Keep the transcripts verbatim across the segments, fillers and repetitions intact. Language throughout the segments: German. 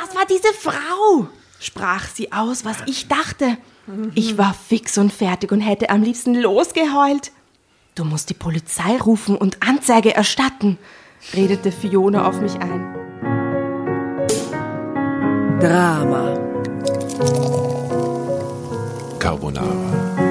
das war diese Frau, sprach sie aus, was ich dachte. Ich war fix und fertig und hätte am liebsten losgeheult. Du musst die Polizei rufen und Anzeige erstatten, redete Fiona auf mich ein. Drama. Carbonara.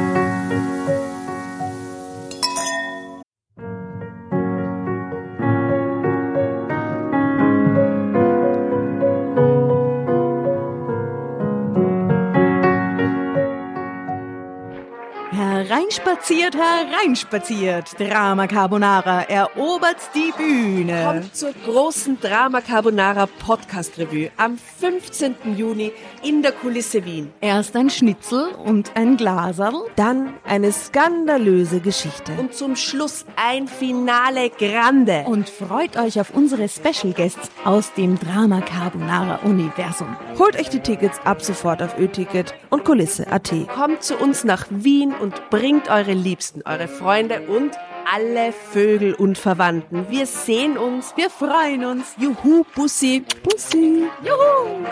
Hereinspaziert, hereinspaziert. Drama Carbonara erobert die Bühne. Kommt zur großen Drama Carbonara Podcast Revue am fünfzehnten Juni in der Kulisse Wien. Erst ein Schnitzel und ein Glaserl. Dann eine skandalöse Geschichte. Und zum Schluss ein Finale Grande. Und freut euch auf unsere Special Guests aus dem Drama Carbonara Universum. Holt euch die Tickets ab sofort auf Ö-Ticket und Kulisse punkt at. Kommt zu uns nach Wien und bringt eure Liebsten, eure Freunde und alle Vögel und Verwandten. Wir sehen uns, wir freuen uns. Juhu, Bussi. Bussi. Juhu.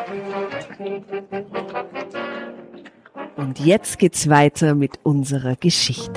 Und jetzt geht's weiter mit unserer Geschichte.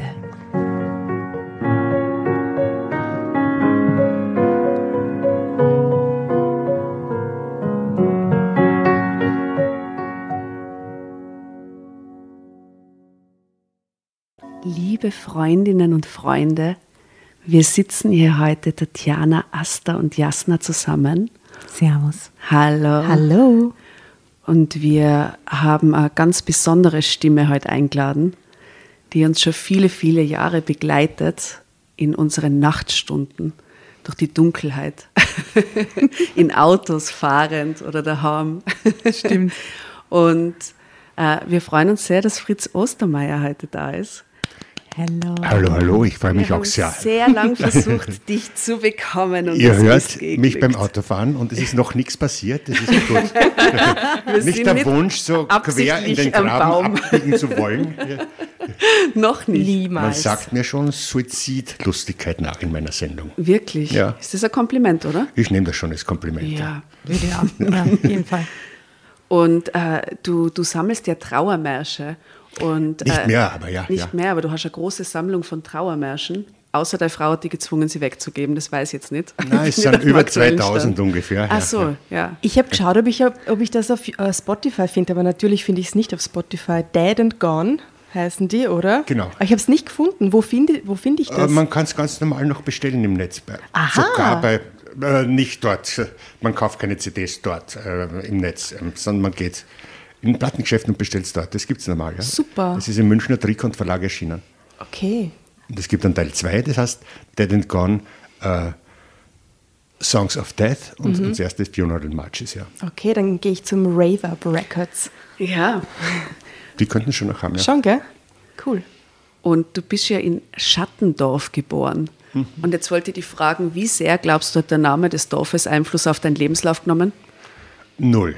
Liebe Freundinnen und Freunde, wir sitzen hier heute, Tatjana, Asta und Jasna zusammen. Servus. Hallo. Hallo. Und wir haben eine ganz besondere Stimme heute eingeladen, die uns schon viele, viele Jahre begleitet in unseren Nachtstunden durch die Dunkelheit, in Autos fahrend oder daheim. Stimmt. Und äh, wir freuen uns sehr, dass Fritz Ostermeier heute da ist. Hallo. Hallo, hallo, ich freue mich Wir auch haben sehr. sehr lang versucht, dich zu bekommen. Und Ihr es hört ist mich geglückt. beim Autofahren und es ist noch nichts passiert. Das ist gut. Wir Nicht sind der nicht Wunsch, so quer in den absichtlich am Graben Baum. abbiegen zu wollen. Noch nicht. Niemals. Man sagt mir schon Suizidlustigkeit nach in meiner Sendung. Wirklich? Ja. Ist das ein Kompliment, oder? Ich nehme das schon als Kompliment. Ja. Ja, ja, auf jeden Fall. Und äh, du, du sammelst ja Trauermärsche. Und, Nicht äh, mehr, aber ja. Nicht ja. mehr, aber du hast eine große Sammlung von Trauermärschen. Außer deine Frau hat die gezwungen, sie wegzugeben. Das weiß ich jetzt nicht. Nein, es Nicht sind auf dem über aktuellen zweitausend Stand. ungefähr. Ach ja, so, ja. ja. Ich habe geschaut, ob ich, ob ich das auf äh, Spotify finde, aber natürlich finde ich es nicht auf Spotify. Dead and Gone heißen die, oder? Genau. Aber ich habe es nicht gefunden. Wo finde wo find ich Äh, das? Man kann es ganz normal noch bestellen im Netz. Bei, Aha. Sogar bei, äh, nicht dort. Man kauft keine C Ds dort äh, im Netz, ähm, sondern man geht in Plattengeschäften und bestellt es dort. Das gibt es normal. Ja? Super. Das ist im Münchner Trikont Verlag erschienen. Okay. Und es gibt dann Teil zwei, das heißt Dead and Gone, äh, Songs of Death und, Mhm. und das erste ist Funeral Marches. Ja. Okay, dann gehe ich zum Rave Up Records. Ja. Die könnten schon noch haben. Ja. Schon, gell? Cool. Und du bist ja in Schattendorf geboren. Mhm. Und jetzt wollte ich dich fragen, wie sehr glaubst du, hat der Name des Dorfes Einfluss auf deinen Lebenslauf genommen? Null.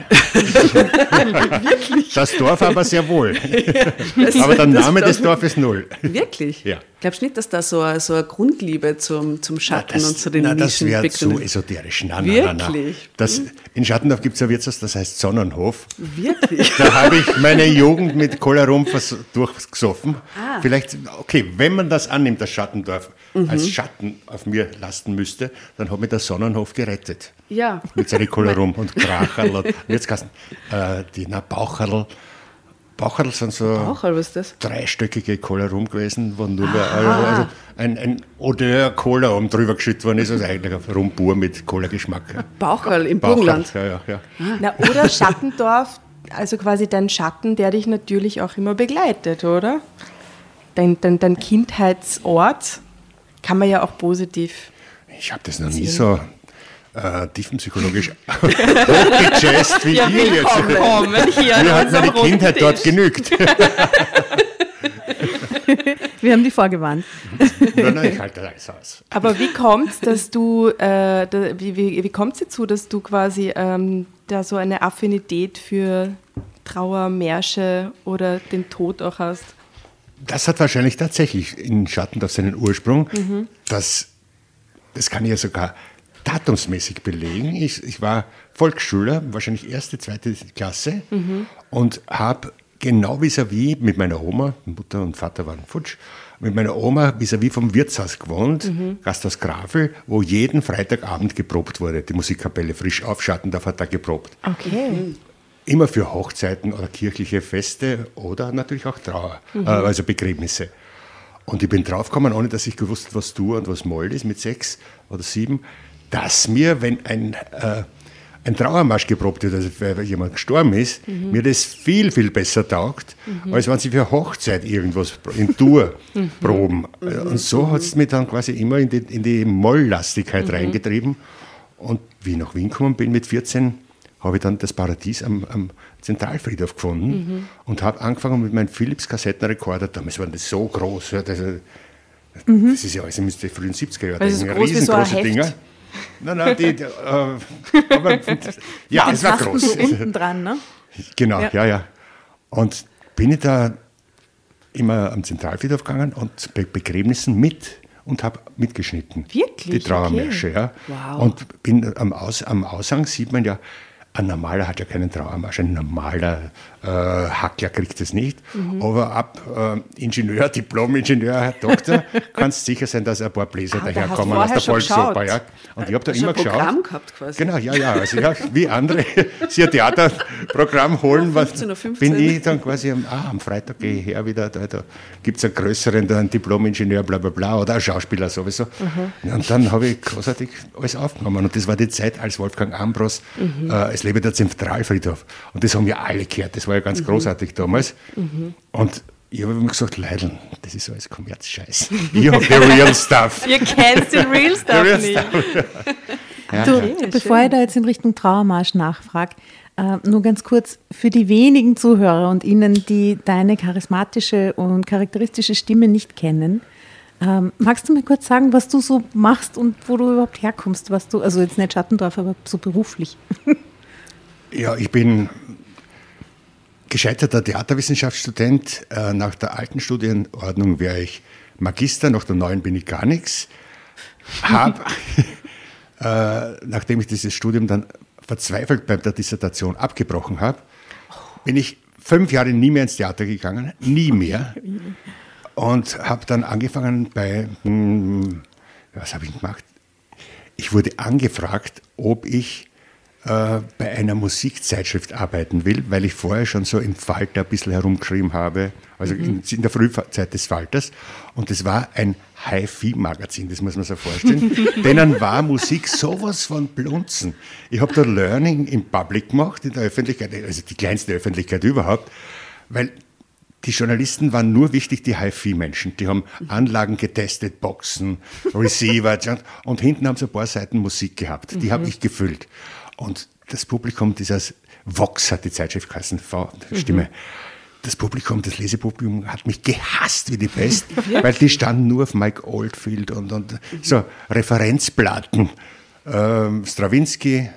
Das Dorf aber sehr wohl. Das- Aber der das Name des glaub Dorfes null. ich- Wirklich? Ja. Glaubst du nicht, dass da so eine, so eine Grundliebe zum, zum Schatten und zu den na, das Nischen wäre zu begründet? esoterisch. Nein, nein, nein, nein. Wirklich? Das, in Schattendorf gibt es ein Wirtshaus, das heißt Sonnenhof. Wirklich? Da habe ich meine Jugend mit Cola Rum vers- durchgesoffen. Ah. Vielleicht, okay, wenn man das annimmt, dass Schattendorf Mhm. als Schatten auf mir lasten müsste, dann hat mich der Sonnenhof gerettet. Ja. Mit seinen Cola Rum und Kracherl und Wirtskasten. Äh, die na, Baucherl. Baucherl sind so Baucherl, was ist das? dreistöckige Cola Rum gewesen, wo nur also, also ein, ein Odeur Cola oben drüber geschüttet worden ist, also eigentlich ein Rum pur mit Cola-Geschmack. Baucherl im Baucherl, Burgenland. ja, ja, ja. Na, oder Schattendorf, also quasi dein Schatten, der dich natürlich auch immer begleitet, oder? Dein, dein, dein Kindheitsort kann man ja auch positiv. Ich habe das noch nie so äh, tiefenpsychologisch hochgejazzt wie ihr jetzt. Willkommen hier Mir hat meine Kindheit dort genügt. Wir haben die vorgewarnt. Nein, nein, ich halte alles aus. Aber wie kommt es, dass du, äh, da, wie, wie, wie kommt es dazu, dass du quasi ähm, da so eine Affinität für Trauermärsche oder den Tod auch hast? Das hat wahrscheinlich tatsächlich in Schattendorf seinen Ursprung. Das, das kann ich ja sogar datumsmäßig belegen. Ich, ich war Volksschüler, wahrscheinlich erste, zweite Klasse mhm. und habe genau vis-à-vis mit meiner Oma, Mutter und Vater waren futsch, mit meiner Oma vis-à-vis vom Wirtshaus gewohnt, mhm. Gasthaus Grafel, wo jeden Freitagabend geprobt wurde. Die Musikkapelle frisch aufschatten, da hat er geprobt. Okay. Immer für Hochzeiten oder kirchliche Feste oder natürlich auch Trauer, mhm. äh, also Begräbnisse. Und ich bin draufgekommen, ohne dass ich gewusst habe, was Dur und was Moll ist, mit sechs oder sieben, dass mir, wenn ein, äh, ein Trauermarsch geprobt wird, also weil jemand gestorben ist, mhm. mir das viel, viel besser taugt, mhm. als wenn sie für Hochzeit irgendwas in Dur mhm. proben. Mhm. Und so hat es mich dann quasi immer in die, in die Molllastigkeit mhm. reingetrieben. Und wie ich nach Wien gekommen bin mit vierzehn, habe ich dann das Paradies am, am Zentralfriedhof gefunden mhm. und habe angefangen mit meinem Philips-Kassettenrekorder. Damals waren das so groß. Ja, das, mhm. das ist ja alles in den frühen siebziger Jahren. Also groß riesengroße so Dinger. Nein, nein, die, die, äh, aber, ja, das war groß. So unten dran, ne? Genau, ja. ja, ja. Und bin ich da immer am Zentralfriedhof gegangen und bei Begräbnissen mit und habe mitgeschnitten. Wirklich? Die Trauermärsche, okay. ja. Wow. Und bin am, Aus, am Aushang sieht man ja, ein normaler hat ja keinen Trauermarsch, ein normaler äh, Hackler kriegt es nicht. Mhm. Aber ab äh, Ingenieur, Diplom-Ingenieur, Herr Doktor, kannst sicher sein, dass ein paar Bläser ah, daherkommen aus der Volksoper. Ja. Und ich habe da immer geschaut. Programm gehabt quasi. Genau, ja, ja. Also ja, wie andere sich ein Theaterprogramm holen, was, bin ich dann quasi am, ah, am Freitag gehe ich her wieder, da, da gibt es einen größeren, da einen Diplom-Ingenieur, bla bla bla, oder einen Schauspieler sowieso. Mhm. Und dann habe ich großartig alles aufgenommen. Und das war die Zeit, als Wolfgang Ambros, mhm. äh, es lebe der Zentralfriedhof. Und das haben ja alle gehört. Das war ja ganz mhm. großartig damals. Mhm. Und ich habe immer gesagt, Leidl, das ist alles Kommerzscheiß. Ich habe den Real Stuff. Ihr kennt den Real Stuff Real nicht. Stuff. Ja. Du, Okay, bevor schön. ich da jetzt in Richtung Trauermarsch nachfrage, äh, nur ganz kurz, für die wenigen Zuhörer und Ihnen, die deine charismatische und charakteristische Stimme nicht kennen, ähm, magst du mir kurz sagen, was du so machst und wo du überhaupt herkommst, was du, also jetzt nicht Schattendorf, aber so beruflich. Ja, ich bin gescheiterter Theaterwissenschaftsstudent. Äh, nach der alten Studienordnung wäre ich Magister, nach der neuen bin ich gar nichts. Hab, äh, nachdem ich dieses Studium dann verzweifelt bei der Dissertation abgebrochen habe, bin ich fünf Jahre nie mehr ins Theater gegangen, nie mehr. Und habe dann angefangen bei, hm, was habe ich gemacht? Ich wurde angefragt, ob ich äh, bei einer Musikzeitschrift arbeiten will, weil ich vorher schon so im Falter ein bisschen herumgeschrieben habe, also mhm. in, in der Frühzeit des Falters. Und das war ein Hi-Fi-Magazin, das muss man sich vorstellen. Denen war Musik sowas von Blunzen. Ich habe da Learning im Public gemacht, in der Öffentlichkeit, also die kleinste Öffentlichkeit überhaupt, weil die Journalisten waren nur wichtig, die Hi-Fi-Menschen. Die haben Anlagen getestet, Boxen, Receiver und hinten haben sie ein paar Seiten Musik gehabt. Die mhm. habe ich gefüllt. Und das Publikum, dieses Vox hat die Zeitschrift geheißen, V, Stimme. Mhm. Das Publikum, das Lesepublikum hat mich gehasst wie die Pest, weil die standen nur auf Mike Oldfield und, und mhm. so Referenzplatten. Ähm, Stravinsky,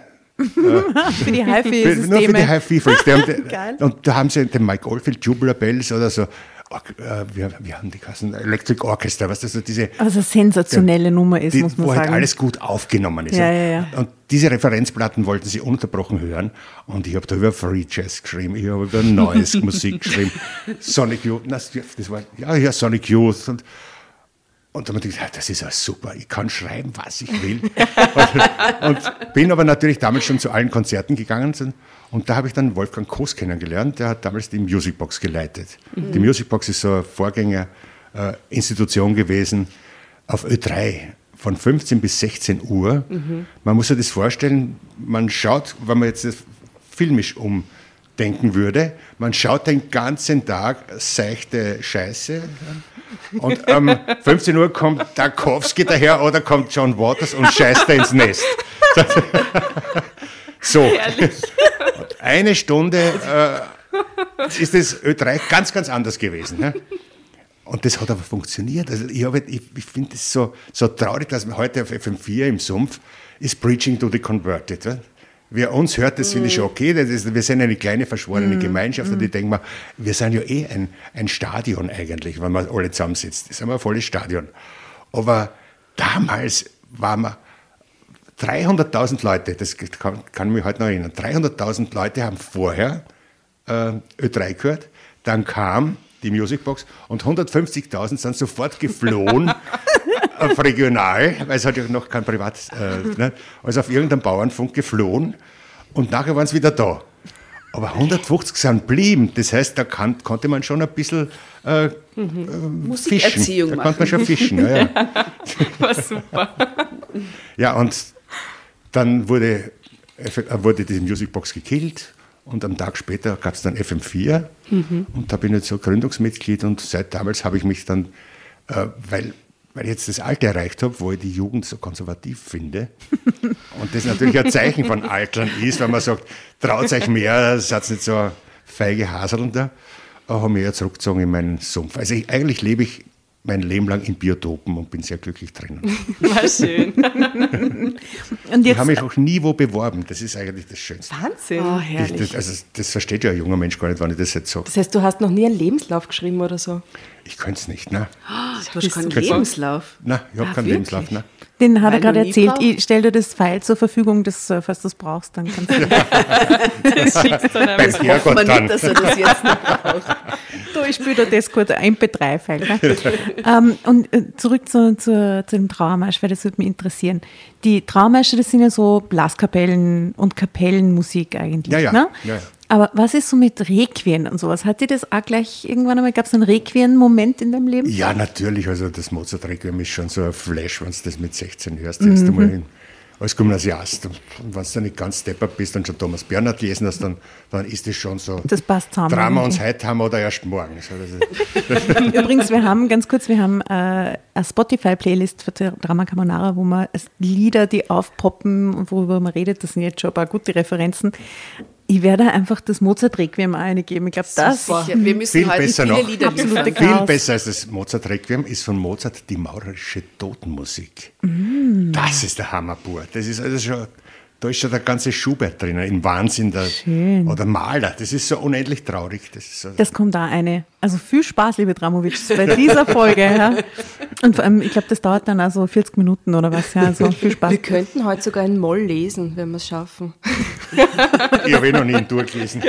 für die Hi-Fi-Systeme. Nur für die Hi-Fi-Freaks. Und da haben sie den Mike Oldfield, Tubular Bells oder so, äh, wir, wir haben die Kassen, Electric Orchestra, was das so diese... Also sensationelle die, Nummer ist, die, muss man wo sagen. Halt alles gut aufgenommen ist. Ja, ja, ja. Und diese Referenzplatten wollten sie ununterbrochen hören und ich habe da über Free Jazz geschrieben, ich habe über neues Musik geschrieben, Sonic Youth, das war, ja, ja, Sonic Youth und Und dann habe ich gedacht, das ist ja super, ich kann schreiben, was ich will. und, und bin aber natürlich damals schon zu allen Konzerten gegangen. Und da habe ich dann Wolfgang Koos kennengelernt, der hat damals die Musicbox geleitet. Mhm. Die Musicbox ist so eine Vorgängerinstitution äh, gewesen auf Ö drei von fünfzehn bis sechzehn Uhr. Mhm. Man muss sich das vorstellen, man schaut, wenn man jetzt das filmisch umdenken würde, man schaut den ganzen Tag seichte Scheiße. Und um ähm, fünfzehn Uhr kommt Tarkowski daher oder kommt John Waters und scheißt da ins Nest. So. Und eine Stunde äh, ist das Ö drei ganz, ganz anders gewesen. Ne? Und das hat aber funktioniert. Also ich, ich, ich finde es so, so traurig, dass man heute auf F M vier im Sumpf ist Preaching to the Converted. Ne? Wer uns hört, das finde ich schon okay. Das ist, wir sind eine kleine verschworene mm. Gemeinschaft mm. und ich denke mal, wir sind ja eh ein, ein Stadion eigentlich, wenn man alle zusammensitzen. Das ist ein volles Stadion. Aber damals war man, dreihunderttausend Leute, das kann, kann ich mich heute noch erinnern, dreihunderttausend Leute haben vorher äh, Ö drei gehört, dann kam die Musicbox und hundertfünfzigtausend sind sofort geflohen auf regional, weil es hat ja noch kein Privat, äh, ne, also auf irgendeinem Bauernfunk geflohen und nachher waren sie wieder da. Aber hundertfünfzig sind blieben, das heißt, da kann, konnte man schon ein bisschen äh, Mhm. äh, fischen. Da machen. konnte man schon fischen. Ja, ja. War super. Ja, und dann wurde, wurde diese Musicbox gekillt und am Tag später gab es dann F M vier mhm. und da bin ich so Gründungsmitglied und seit damals habe ich mich dann, äh, weil, weil ich jetzt das Alter erreicht habe, wo ich die Jugend so konservativ finde und das natürlich ein Zeichen von Altern ist, wenn man sagt, traut euch mehr, seid nicht so feige Haseln da, habe ich mich zurückgezogen in meinen Sumpf. Also ich, eigentlich lebe ich mein Leben lang in Biotopen und bin sehr glücklich drinnen. War schön. Und Ich jetzt, habe mich auch nie wo beworben, das ist eigentlich das Schönste. Wahnsinn. Oh, Ich, herrlich. das, also das versteht ja ein junger Mensch gar nicht, wenn ich das jetzt sage. Das heißt, du hast noch nie einen Lebenslauf geschrieben oder so? Ich könnte es nicht, ne? Du hast keinen super. Lebenslauf. Na, ich habe Ah, keinen wirklich? Lebenslauf, ne? den hat Weil er gerade du nie erzählt, brauchst. ich stelle dir das File zur Verfügung, das, äh, falls du es brauchst, dann kannst du Das schickst du dann Beim einfach. Herrgott Man dann. nicht, dass er das jetzt nicht braucht. Du, ich spiele dir das gut, ein M P drei File. Ne? ähm, und äh, zurück zu, zu, zu dem Trauermarsch, weil das würde mich interessieren. Die Trauermärsche, das sind ja so Blaskapellen und Kapellenmusik eigentlich. Ja, ja. Ne? Ja, ja. Aber was ist so mit Requien und sowas? Hat dir das auch gleich irgendwann einmal, gab es einen Requien-Moment in deinem Leben? Ja, natürlich, also das Mozart-Requiem ist schon so ein Flash, wenn du das mit sechzehn hörst, erst einmal hin. Als Gymnasiast. Und wenn du nicht ganz deppert bist und schon Thomas Bernhard gelesen hast, dann, dann ist das schon so Das passt zusammen. Drama irgendwie. uns heute haben oder erst morgen. So, das ist, Übrigens, wir haben, ganz kurz, wir haben äh, eine Spotify-Playlist für Drama Carbonara, wo wir es Lieder, die aufpoppen und worüber man redet, das sind jetzt schon ein paar gute Referenzen. Ich werde einfach das Mozart-Requiem eingeben. Ich glaube, das Sicher, wir müssen viel heute besser viele noch. Lieder Absolute liefern. viel Chaos. besser als das Mozart-Requiem ist von Mozart die maurerische Totenmusik. Mm. Das ist der Hammer pur. Das ist also schon, da ist schon der ganze Schubert drinnen, in Wahnsinn. Der, Schön. Oder Mahler, das ist so unendlich traurig. Das ist so, Das kommt da eine. Also viel Spaß, liebe Dramovic, bei dieser Folge. Ja. Und vor allem, ich glaube, das dauert dann also vierzig Minuten oder was. Ja, also viel Spaß. Wir könnten heute sogar in Moll lesen, wenn wir es schaffen. ich habe eh noch nie ihn durchgelesen.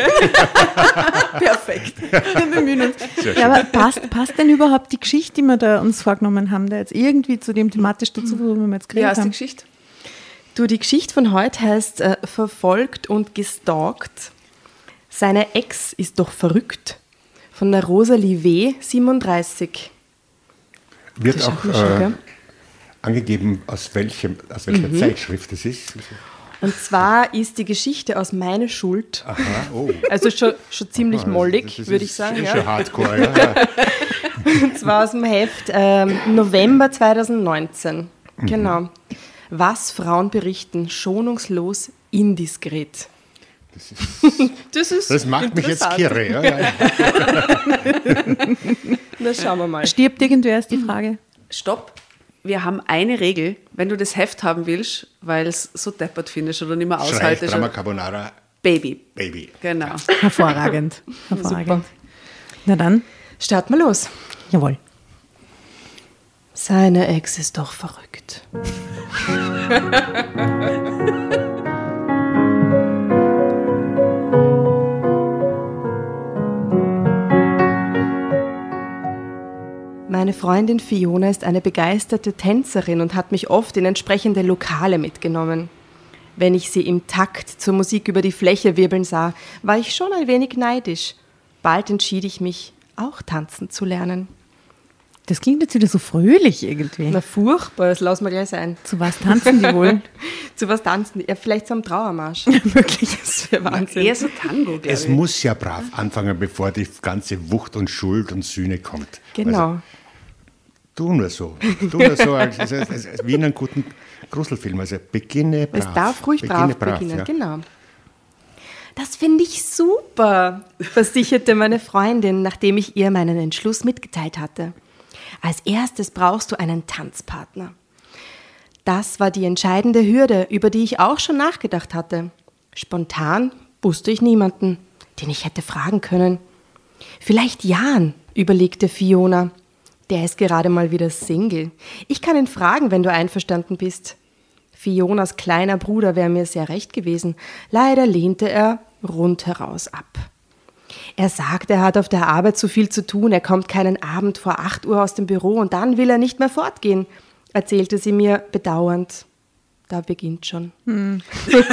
Perfekt. Wir bemühen uns. Sehr Ja, aber passt, passt denn überhaupt die Geschichte, die wir da uns vorgenommen haben, da jetzt irgendwie zu dem thematisch dazu, worüber wir jetzt Wie geredet heißt die haben? Geschichte? Du, die Geschichte von heute heißt äh, Verfolgt und gestalkt. Seine Ex ist doch verrückt. Von der Rosalie W., siebenunddreißig. Wird Das auch schaffen wir schon, äh, gell? angegeben, aus, welchem, aus welcher Mhm. Zeitschrift es ist. Und zwar ist die Geschichte aus Meine Schuld. Aha, oh. Also schon, schon ziemlich Ah, das- mollig, das würde ich ist sagen. eh Ja. schon hardcore, ja. ja. Und zwar aus dem Heft ähm, November zweitausendneunzehn. Genau. Was Frauen berichten, schonungslos indiskret. Das, ist, Das ist das macht mich jetzt interessant. kirre. Ja, ja. Na, schauen wir mal. Stirbt irgendwer, ist die Frage. Stopp. Wir haben eine Regel, wenn du das Heft haben willst, weil es so deppert findest oder nicht mehr Schreich aushaltest. Drama Carbonara Baby. Baby. Genau. Hervorragend. Hervorragend. Na dann, Starten wir los. jawohl. Seine Ex ist doch verrückt. Meine Freundin Fiona ist eine begeisterte Tänzerin und hat mich oft in entsprechende Lokale mitgenommen. Wenn ich sie im Takt zur Musik über die Fläche wirbeln sah, war ich schon ein wenig neidisch. Bald entschied ich mich, auch tanzen zu lernen. Das klingt jetzt wieder so fröhlich irgendwie. Na furchtbar, das lassen wir gleich sein. Zu was tanzen die wohl? Zu was tanzen die? Ja, vielleicht zum Trauermarsch. Wirklich. Das wäre Wahnsinn. Eher so Tango, glaube Es ich. muss ja brav anfangen, bevor die ganze Wucht und Schuld und Sühne kommt. Genau. Also, tu nur so. Tu nur so, als, als, als, als, wie in einem guten Gruselfilm. Also beginne brav. Es darf ruhig beginne brav beginnen, ja. genau. Das finde ich super, versicherte meine Freundin, nachdem ich ihr meinen Entschluss mitgeteilt hatte. Als erstes brauchst du einen Tanzpartner. Das war die entscheidende Hürde, über die ich auch schon nachgedacht hatte. Spontan wusste ich niemanden, den ich hätte fragen können. Vielleicht Jan, überlegte Fiona. Der ist gerade mal wieder Single. Ich kann ihn fragen, wenn du einverstanden bist. Fionas kleiner Bruder wäre mir sehr recht gewesen. Leider lehnte er rundheraus ab. Er sagt, er hat auf der Arbeit zu viel zu tun, er kommt keinen Abend vor acht Uhr aus dem Büro und dann will er nicht mehr fortgehen, erzählte sie mir bedauernd. Da beginnt schon. Hm.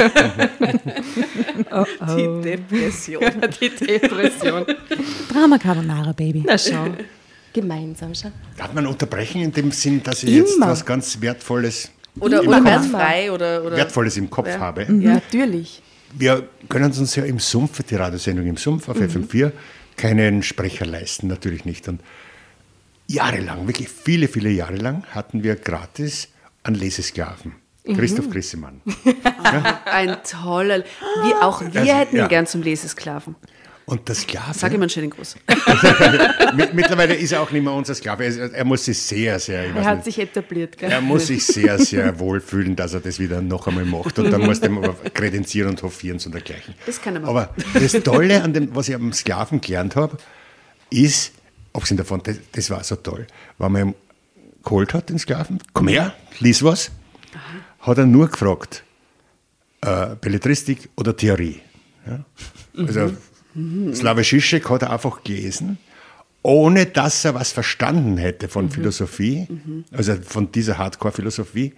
oh, oh. Die Depression. Die Depression. Drama Carbonara, Baby. Na schau, gemeinsam schon. Darf man unterbrechen in dem Sinn, dass ich jetzt Immer. was ganz Wertvolles, Oder, Immer. oder wertfrei oder, oder Wertvolles im Kopf Ja. habe? Ja, natürlich. Wir können uns ja im Sumpf, die Radiosendung im Sumpf auf F M vier, keinen Sprecher leisten, natürlich nicht. Und jahrelang, wirklich viele, viele Jahre lang, hatten wir gratis einen Lesesklaven. Christoph Grissemann. Ein toller, wir, auch wir Also, hätten ja. ihn gern zum Lesesklaven. Und der Sklave, Sag ihm einen schönen Gruß. mit- mittlerweile ist er auch nicht mehr unser Sklave. Er, ist- er muss sich sehr, sehr, ich Er weiß hat nicht, sich etabliert, gell? er muss sich sehr, sehr wohlfühlen, dass er das wieder noch einmal macht. Und dann muss er aber kredenzieren und hofieren und dergleichen. Das kann er machen. Aber das Tolle an dem, was ich am Sklaven gelernt habe, ist, abgesehen davon, das, das war so toll, wenn man ihn geholt hat, den Sklaven, komm her, lies was, hat er nur gefragt, äh, Belletristik oder Theorie. Ja? Also Slavoj Žižek hat er einfach gelesen, ohne dass er was verstanden hätte von Philosophie, also von dieser Hardcore-Philosophie,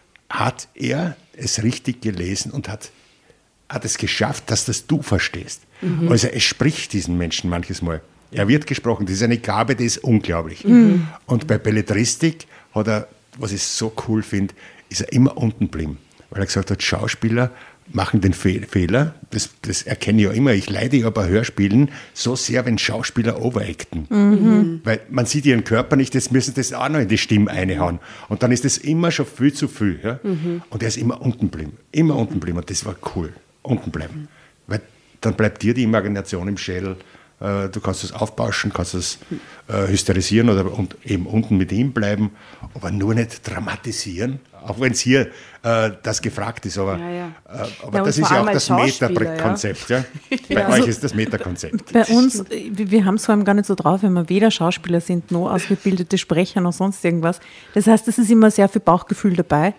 hat er es richtig gelesen und hat, hat es geschafft, dass das du verstehst. Also es spricht diesen Menschen manches Mal. Er wird gesprochen, das ist eine Gabe, die ist unglaublich. Und bei Belletristik hat er, was ich so cool finde, ist er immer unten geblieben, weil er gesagt hat, Schauspieler machen den Fe- Fehler, das, das erkenne ich ja immer, ich leide ja bei Hörspielen so sehr, wenn Schauspieler overacten. Mhm. Weil man sieht ihren Körper nicht, jetzt müssen das auch noch in die Stimme reinhauen. Und dann ist das immer schon viel zu viel. Ja? Mhm. Und er ist immer unten geblieben, immer unten geblieben. Und das war cool, unten bleiben. Weil dann bleibt dir die Imagination im Schädel. Äh, Du kannst es aufbauschen, kannst es äh, hysterisieren oder und eben unten mit ihm bleiben, aber nur nicht dramatisieren, auch wenn es hier äh, das gefragt ist. Aber, Ja, ja. Äh, aber Ja, und das ist vor ja auch allem das als Schauspieler, Meta-Konzept. Ja? Bei Ja. euch Also- ist das Meta-Konzept. Bei uns, wir, wir haben es vor allem gar nicht so drauf, wenn wir weder Schauspieler sind, noch ausgebildete Sprecher, noch sonst irgendwas. Das heißt, es ist immer sehr viel Bauchgefühl dabei.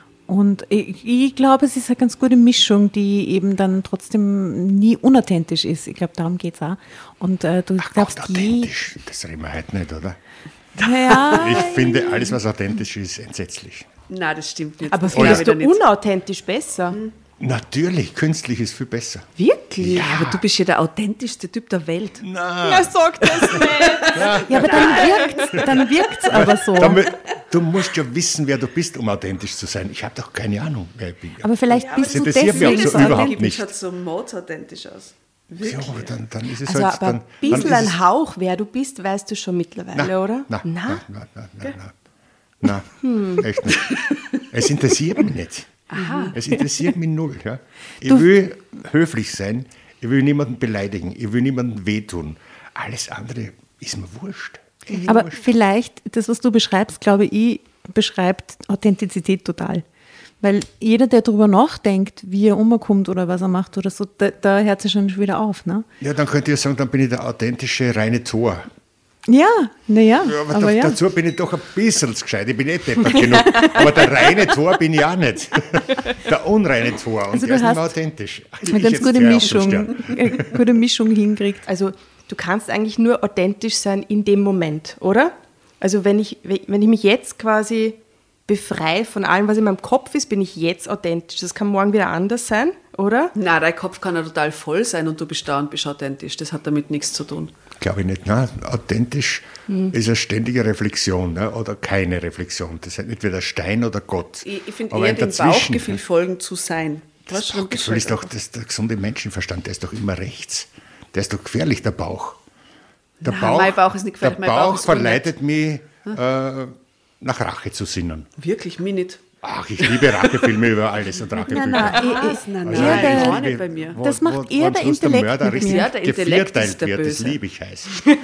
Und ich, ich glaube, es ist eine ganz gute Mischung, die eben dann trotzdem nie unauthentisch ist. Ich glaube, darum geht es auch. Und äh, du Ach glaubst, Gott, je, authentisch, das reden wir heute nicht, oder? naja, Ich finde, alles, was authentisch ist, entsetzlich. Nein, das stimmt nicht. Aber Das geht findest wieder du nicht. unauthentisch besser? Natürlich, künstlich ist viel besser. Wirklich? Ja, aber du bist ja der authentischste Typ der Welt. Na, sag das nicht. ja, aber dann wirkt dann wirkt's aber so. Damit, du musst ja wissen, wer du bist, um authentisch zu sein. Ich habe doch keine Ahnung, wer ich bin. Aber vielleicht Ja, bist aber du das interessiert mich auch deswegen so so überhaupt Authentisch nicht. schaut so mordauthentisch aus. Ja, aber dann, dann ist es Also, halt... aber dann, ein bisschen dann ist es- ein Hauch, wer du bist, weißt du schon mittlerweile, Na, oder? Na, Na? na, na, na, na, na. Na, echt nicht. Es interessiert mich nicht. Es interessiert mich null. Ja. Ich will höflich sein, ich will niemanden beleidigen, ich will niemandem wehtun. Alles andere ist mir wurscht. Echt Aber wurscht. vielleicht, das, was du beschreibst, glaube ich, beschreibt Authentizität total. Weil jeder, der darüber nachdenkt, wie er umkommt oder was er macht oder so, da, da hört es schon wieder auf. Ne? Ja, dann könnt ihr sagen, dann bin ich der authentische reine Tor. Ja, naja, Ja, aber, aber da, ja. dazu bin ich doch ein bisschen zu gescheit. Ich bin nicht deppert genug. Aber der reine Tor bin ich auch nicht. Der unreine Tor. Und Also der du ist nicht mehr hast authentisch. eine Ich ganz jetzt gute gleich Mischung, aufzustehen. eine gute Mischung hinkriegt. Also, du kannst eigentlich nur authentisch sein in dem Moment, oder? Also, wenn ich, wenn ich mich jetzt quasi befreie von allem, was in meinem Kopf ist, bin ich jetzt authentisch. Das kann morgen wieder anders sein, oder? Na, dein Kopf kann ja total voll sein und du bist da und bist authentisch. Das hat damit nichts zu tun. Glaube ich nicht. Nein, authentisch Hm. ist eine ständige Reflexion, ne? Oder keine Reflexion. Das ist entweder Stein oder Gott. Ich, ich finde Aber eher in dem dazwischen- Bauchgefühl folgen zu sein. Das Weißt du, dann bist du Bauchgefühl ist halt doch das, der gesunde Menschenverstand, der ist doch immer rechts. Der ist doch gefährlich, der Bauch. Der Na, mein Bauch ist nicht gefährlich, Der mein Bauch Bauch ist verleitet mich, äh, nach Rache zu sinnen. wirklich, mich nicht. Ach, ich liebe Rachefilme über alles und Rachebücher. Nein, nein, Was? Nein, Also nein, der- gar nicht bei mir. Das macht eher der wo sonst Intellekt Mörder mit richtig mir. Ja, der Intellekt ist gevierteilt der wird, das Böse. liebe ich heiß.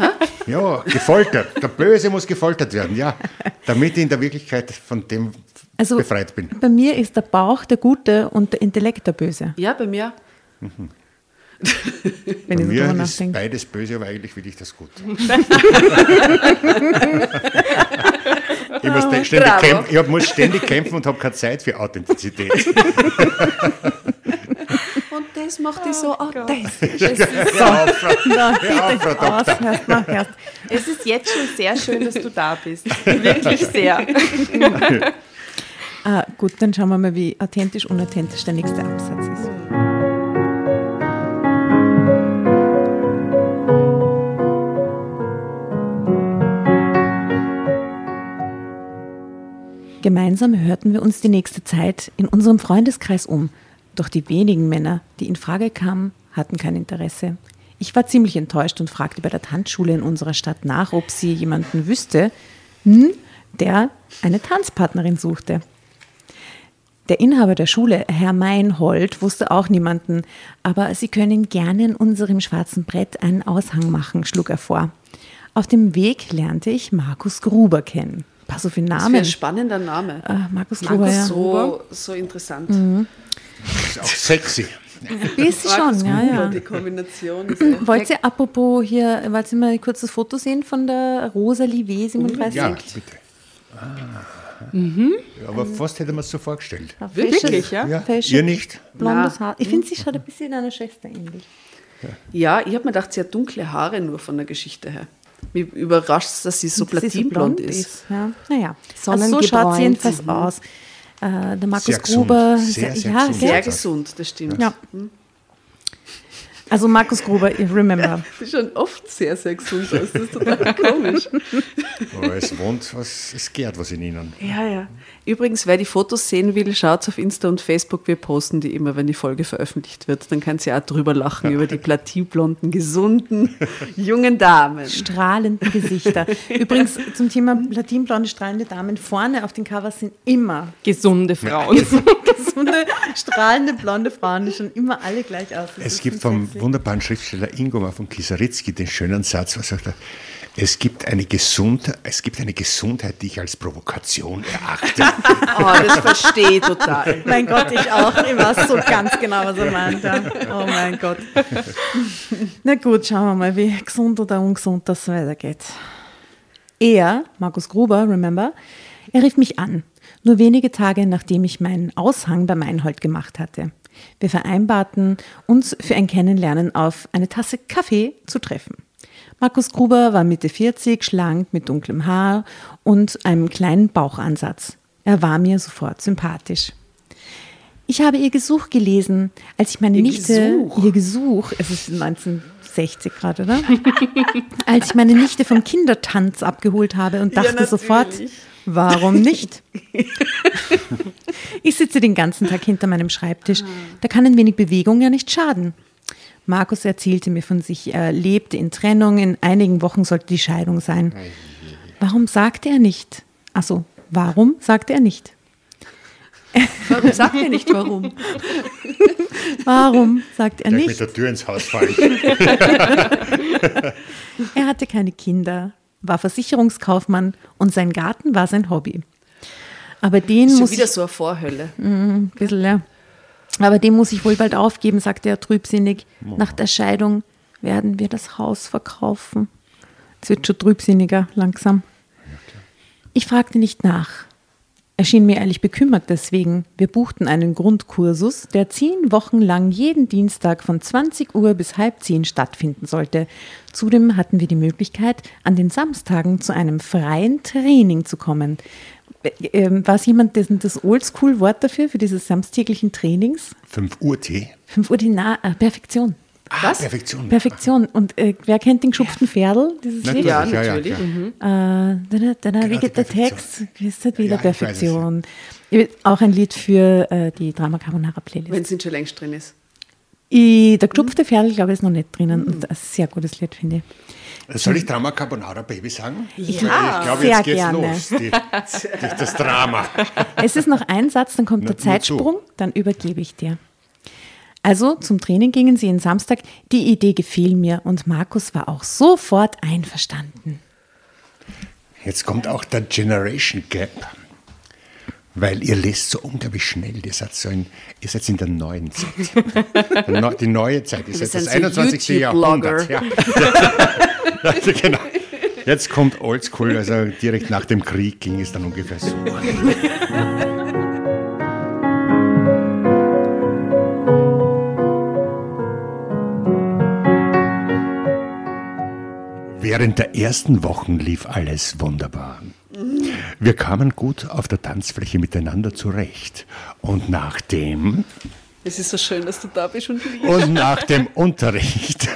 Ja, gefoltert. Der Böse muss gefoltert werden, ja. Damit ich in der Wirklichkeit von dem Also befreit bin. bei mir ist der Bauch der Gute und der Intellekt der Böse, Ja, bei mir. wenn Bei ich so mir drüber ist nachdenke. beides böse, aber eigentlich will ich das gut. Ich, muss ständig kämpfen, ich muss ständig kämpfen und habe keine Zeit für Authentizität. Und das macht dich so authentisch. Hör auf, Frau, Na, hör auf, Frau bitte, aus, Doktor. hörst, na, hörst. Es ist jetzt schon sehr schön, dass du da bist. Wirklich sehr. Ah, gut, dann schauen wir mal, wie authentisch, unauthentisch der nächste Absatz ist. Gemeinsam hörten wir uns die nächste Zeit in unserem Freundeskreis um. Doch die wenigen Männer, die in Frage kamen, hatten kein Interesse. Ich war ziemlich enttäuscht und fragte bei der Tanzschule in unserer Stadt nach, ob sie jemanden wüsste, hm, der eine Tanzpartnerin suchte. Der Inhaber der Schule, Herr Meinhold, wusste auch niemanden, aber Sie können gerne in unserem schwarzen Brett einen Aushang machen, schlug er vor. Auf dem Weg lernte ich Markus Gruber kennen. Pass auf den Das Namen. wäre ein spannender Name. Äh, Markus Gruber, ja. So, so interessant. Das ist auch sexy. Ist schon, ja, ja. Die Kombination ist perfekt. Wollt ihr apropos hier, wollt ihr mal ein kurzes Foto sehen von der Rosalie W. siebenunddreißig? Ja, bitte. Ah. Mhm. Ja, aber fast hätte man es so vorgestellt. Wirklich, ja? Ja, Fashion. ihr nicht? Blondes Na. Haar. Ich finde, sie schaut ein bisschen einer Schwester ähnlich. Ja, ich habe mir gedacht, sie hat dunkle Haare nur von der Geschichte her. Mich überrascht es, dass sie so Dass sie platinblond ist. Ja. Naja, also so schaut sie jedenfalls aus. Äh, der Markus Sehr gesund. Gruber, Sehr, sehr ja, gesund. Sehr gell? gesund, das stimmt. Ja. Also Markus Gruber, ich remember. Sie schauen oft sehr, sehr gesund aus. Das ist total komisch. Aber es wohnt was, es gärt was in ihnen. Ja, ja. Übrigens, wer die Fotos sehen will, schaut auf Insta und Facebook. Wir posten die immer, wenn die Folge veröffentlicht wird. Dann kann sie auch drüber lachen über die platinblonden, gesunden, jungen Damen. Strahlenden Gesichter. Übrigens zum Thema platinblonde, strahlende Damen. Vorne auf den Covers sind immer Gesunde Frauen. gesunde, strahlende, blonde Frauen, die schon immer alle gleich aussehen. Es gibt vom wunderbaren Schriftsteller Ingomar von Kisaritzky den schönen Satz, was sagt er? Es gibt eine Gesundheit, es gibt eine Gesundheit, die ich als Provokation erachte. Oh, das verstehe ich total. Mein Gott, ich auch. Ich weiß so ganz genau, was er meint. Ja. Oh mein Gott. Na gut, schauen wir mal, wie gesund oder ungesund das weitergeht. Er, Markus Gruber, remember, er rief mich an. Nur wenige Tage, nachdem ich meinen Aushang bei Meinhold gemacht hatte. Wir vereinbarten, uns für ein Kennenlernen auf eine Tasse Kaffee zu treffen. Markus Gruber war Mitte vierzig, schlank, mit dunklem Haar und einem kleinen Bauchansatz. Er war mir sofort sympathisch. Ich habe ihr Gesuch gelesen, als ich meine Ihr Nichte... Gesuch? Ihr Gesuch, es ist neunzehnhundertsechzig gerade, oder? Als ich meine Nichte vom Kindertanz abgeholt habe und dachte Ja, sofort, natürlich. warum nicht? Ich sitze den ganzen Tag hinter meinem Schreibtisch. Da kann ein wenig Bewegung ja nicht schaden. Markus erzählte mir von sich, er lebte in Trennung, in einigen Wochen sollte die Scheidung sein. Warum sagte er nicht? Achso, warum sagte er nicht? Warum sagt er nicht warum? Warum sagt er Gleich nicht? mit der Tür ins Haus fallen. Er hatte keine Kinder, war Versicherungskaufmann und sein Garten war sein Hobby. Aber den Schon muss wieder ich, so eine Vorhölle. ein bisschen, ja. Aber den muss ich wohl bald aufgeben, sagte er trübsinnig. Nach der Scheidung werden wir das Haus verkaufen. Es wird schon trübsinniger, langsam. Ich fragte nicht nach. Er schien mir ehrlich bekümmert deswegen. Wir buchten einen Grundkursus, der zehn Wochen lang jeden Dienstag von zwanzig Uhr bis halb zehn stattfinden sollte. Zudem hatten wir die Möglichkeit, an den Samstagen zu einem freien Training zu kommen. Ähm, war es jemand, dessen das Oldschool-Wort dafür, für diese samstäglichen Trainings? fünf Uhr Tee. fünf Uhr die Na äh, Perfektion. Ah, Perfektion. Perfektion. Und äh, wer kennt den geschupften Pferdl, dieses Natürlich, Lied? Ja, ja, ja, natürlich. klar. Mhm. Äh, da, da, da, wie Genau, geht die der Text? Perfektion. Ist das wieder Ja, ich weiß es, Perfektion? Auch ein Lied für äh, die Drama Carbonara Playlist. Wenn es nicht schon längst drin ist. I, der geschupfte Pferdl, glaube ich, ist noch nicht drinnen. Und ein sehr gutes Lied, finde ich. Soll ich Drama Carbonara Baby sagen? Ja, ich glaube, sehr jetzt geht's gerne. los. Die, die, das Drama. Es ist noch ein Satz, dann kommt Na, der nur Zeitsprung, dann übergebe ich dir. Also zum Training gingen sie jeden Samstag. Die Idee gefiel mir und Markus war auch sofort einverstanden. Jetzt kommt auch der Generation Gap, weil ihr lest so unglaublich schnell. Ihr seid, so in, ihr seid in der neuen Zeit. Der Neu- Die neue Zeit. Ihr seid sind das so einundzwanzigste YouTube-Blogger. Jahrhundert. Ja. Also genau. Jetzt kommt Oldschool, also direkt nach dem Krieg ging es dann ungefähr so. Während der ersten Wochen lief alles wunderbar. Wir kamen gut auf der Tanzfläche miteinander zurecht. Und nachdem... Es ist so schön, dass du da bist und Und nach dem Unterricht,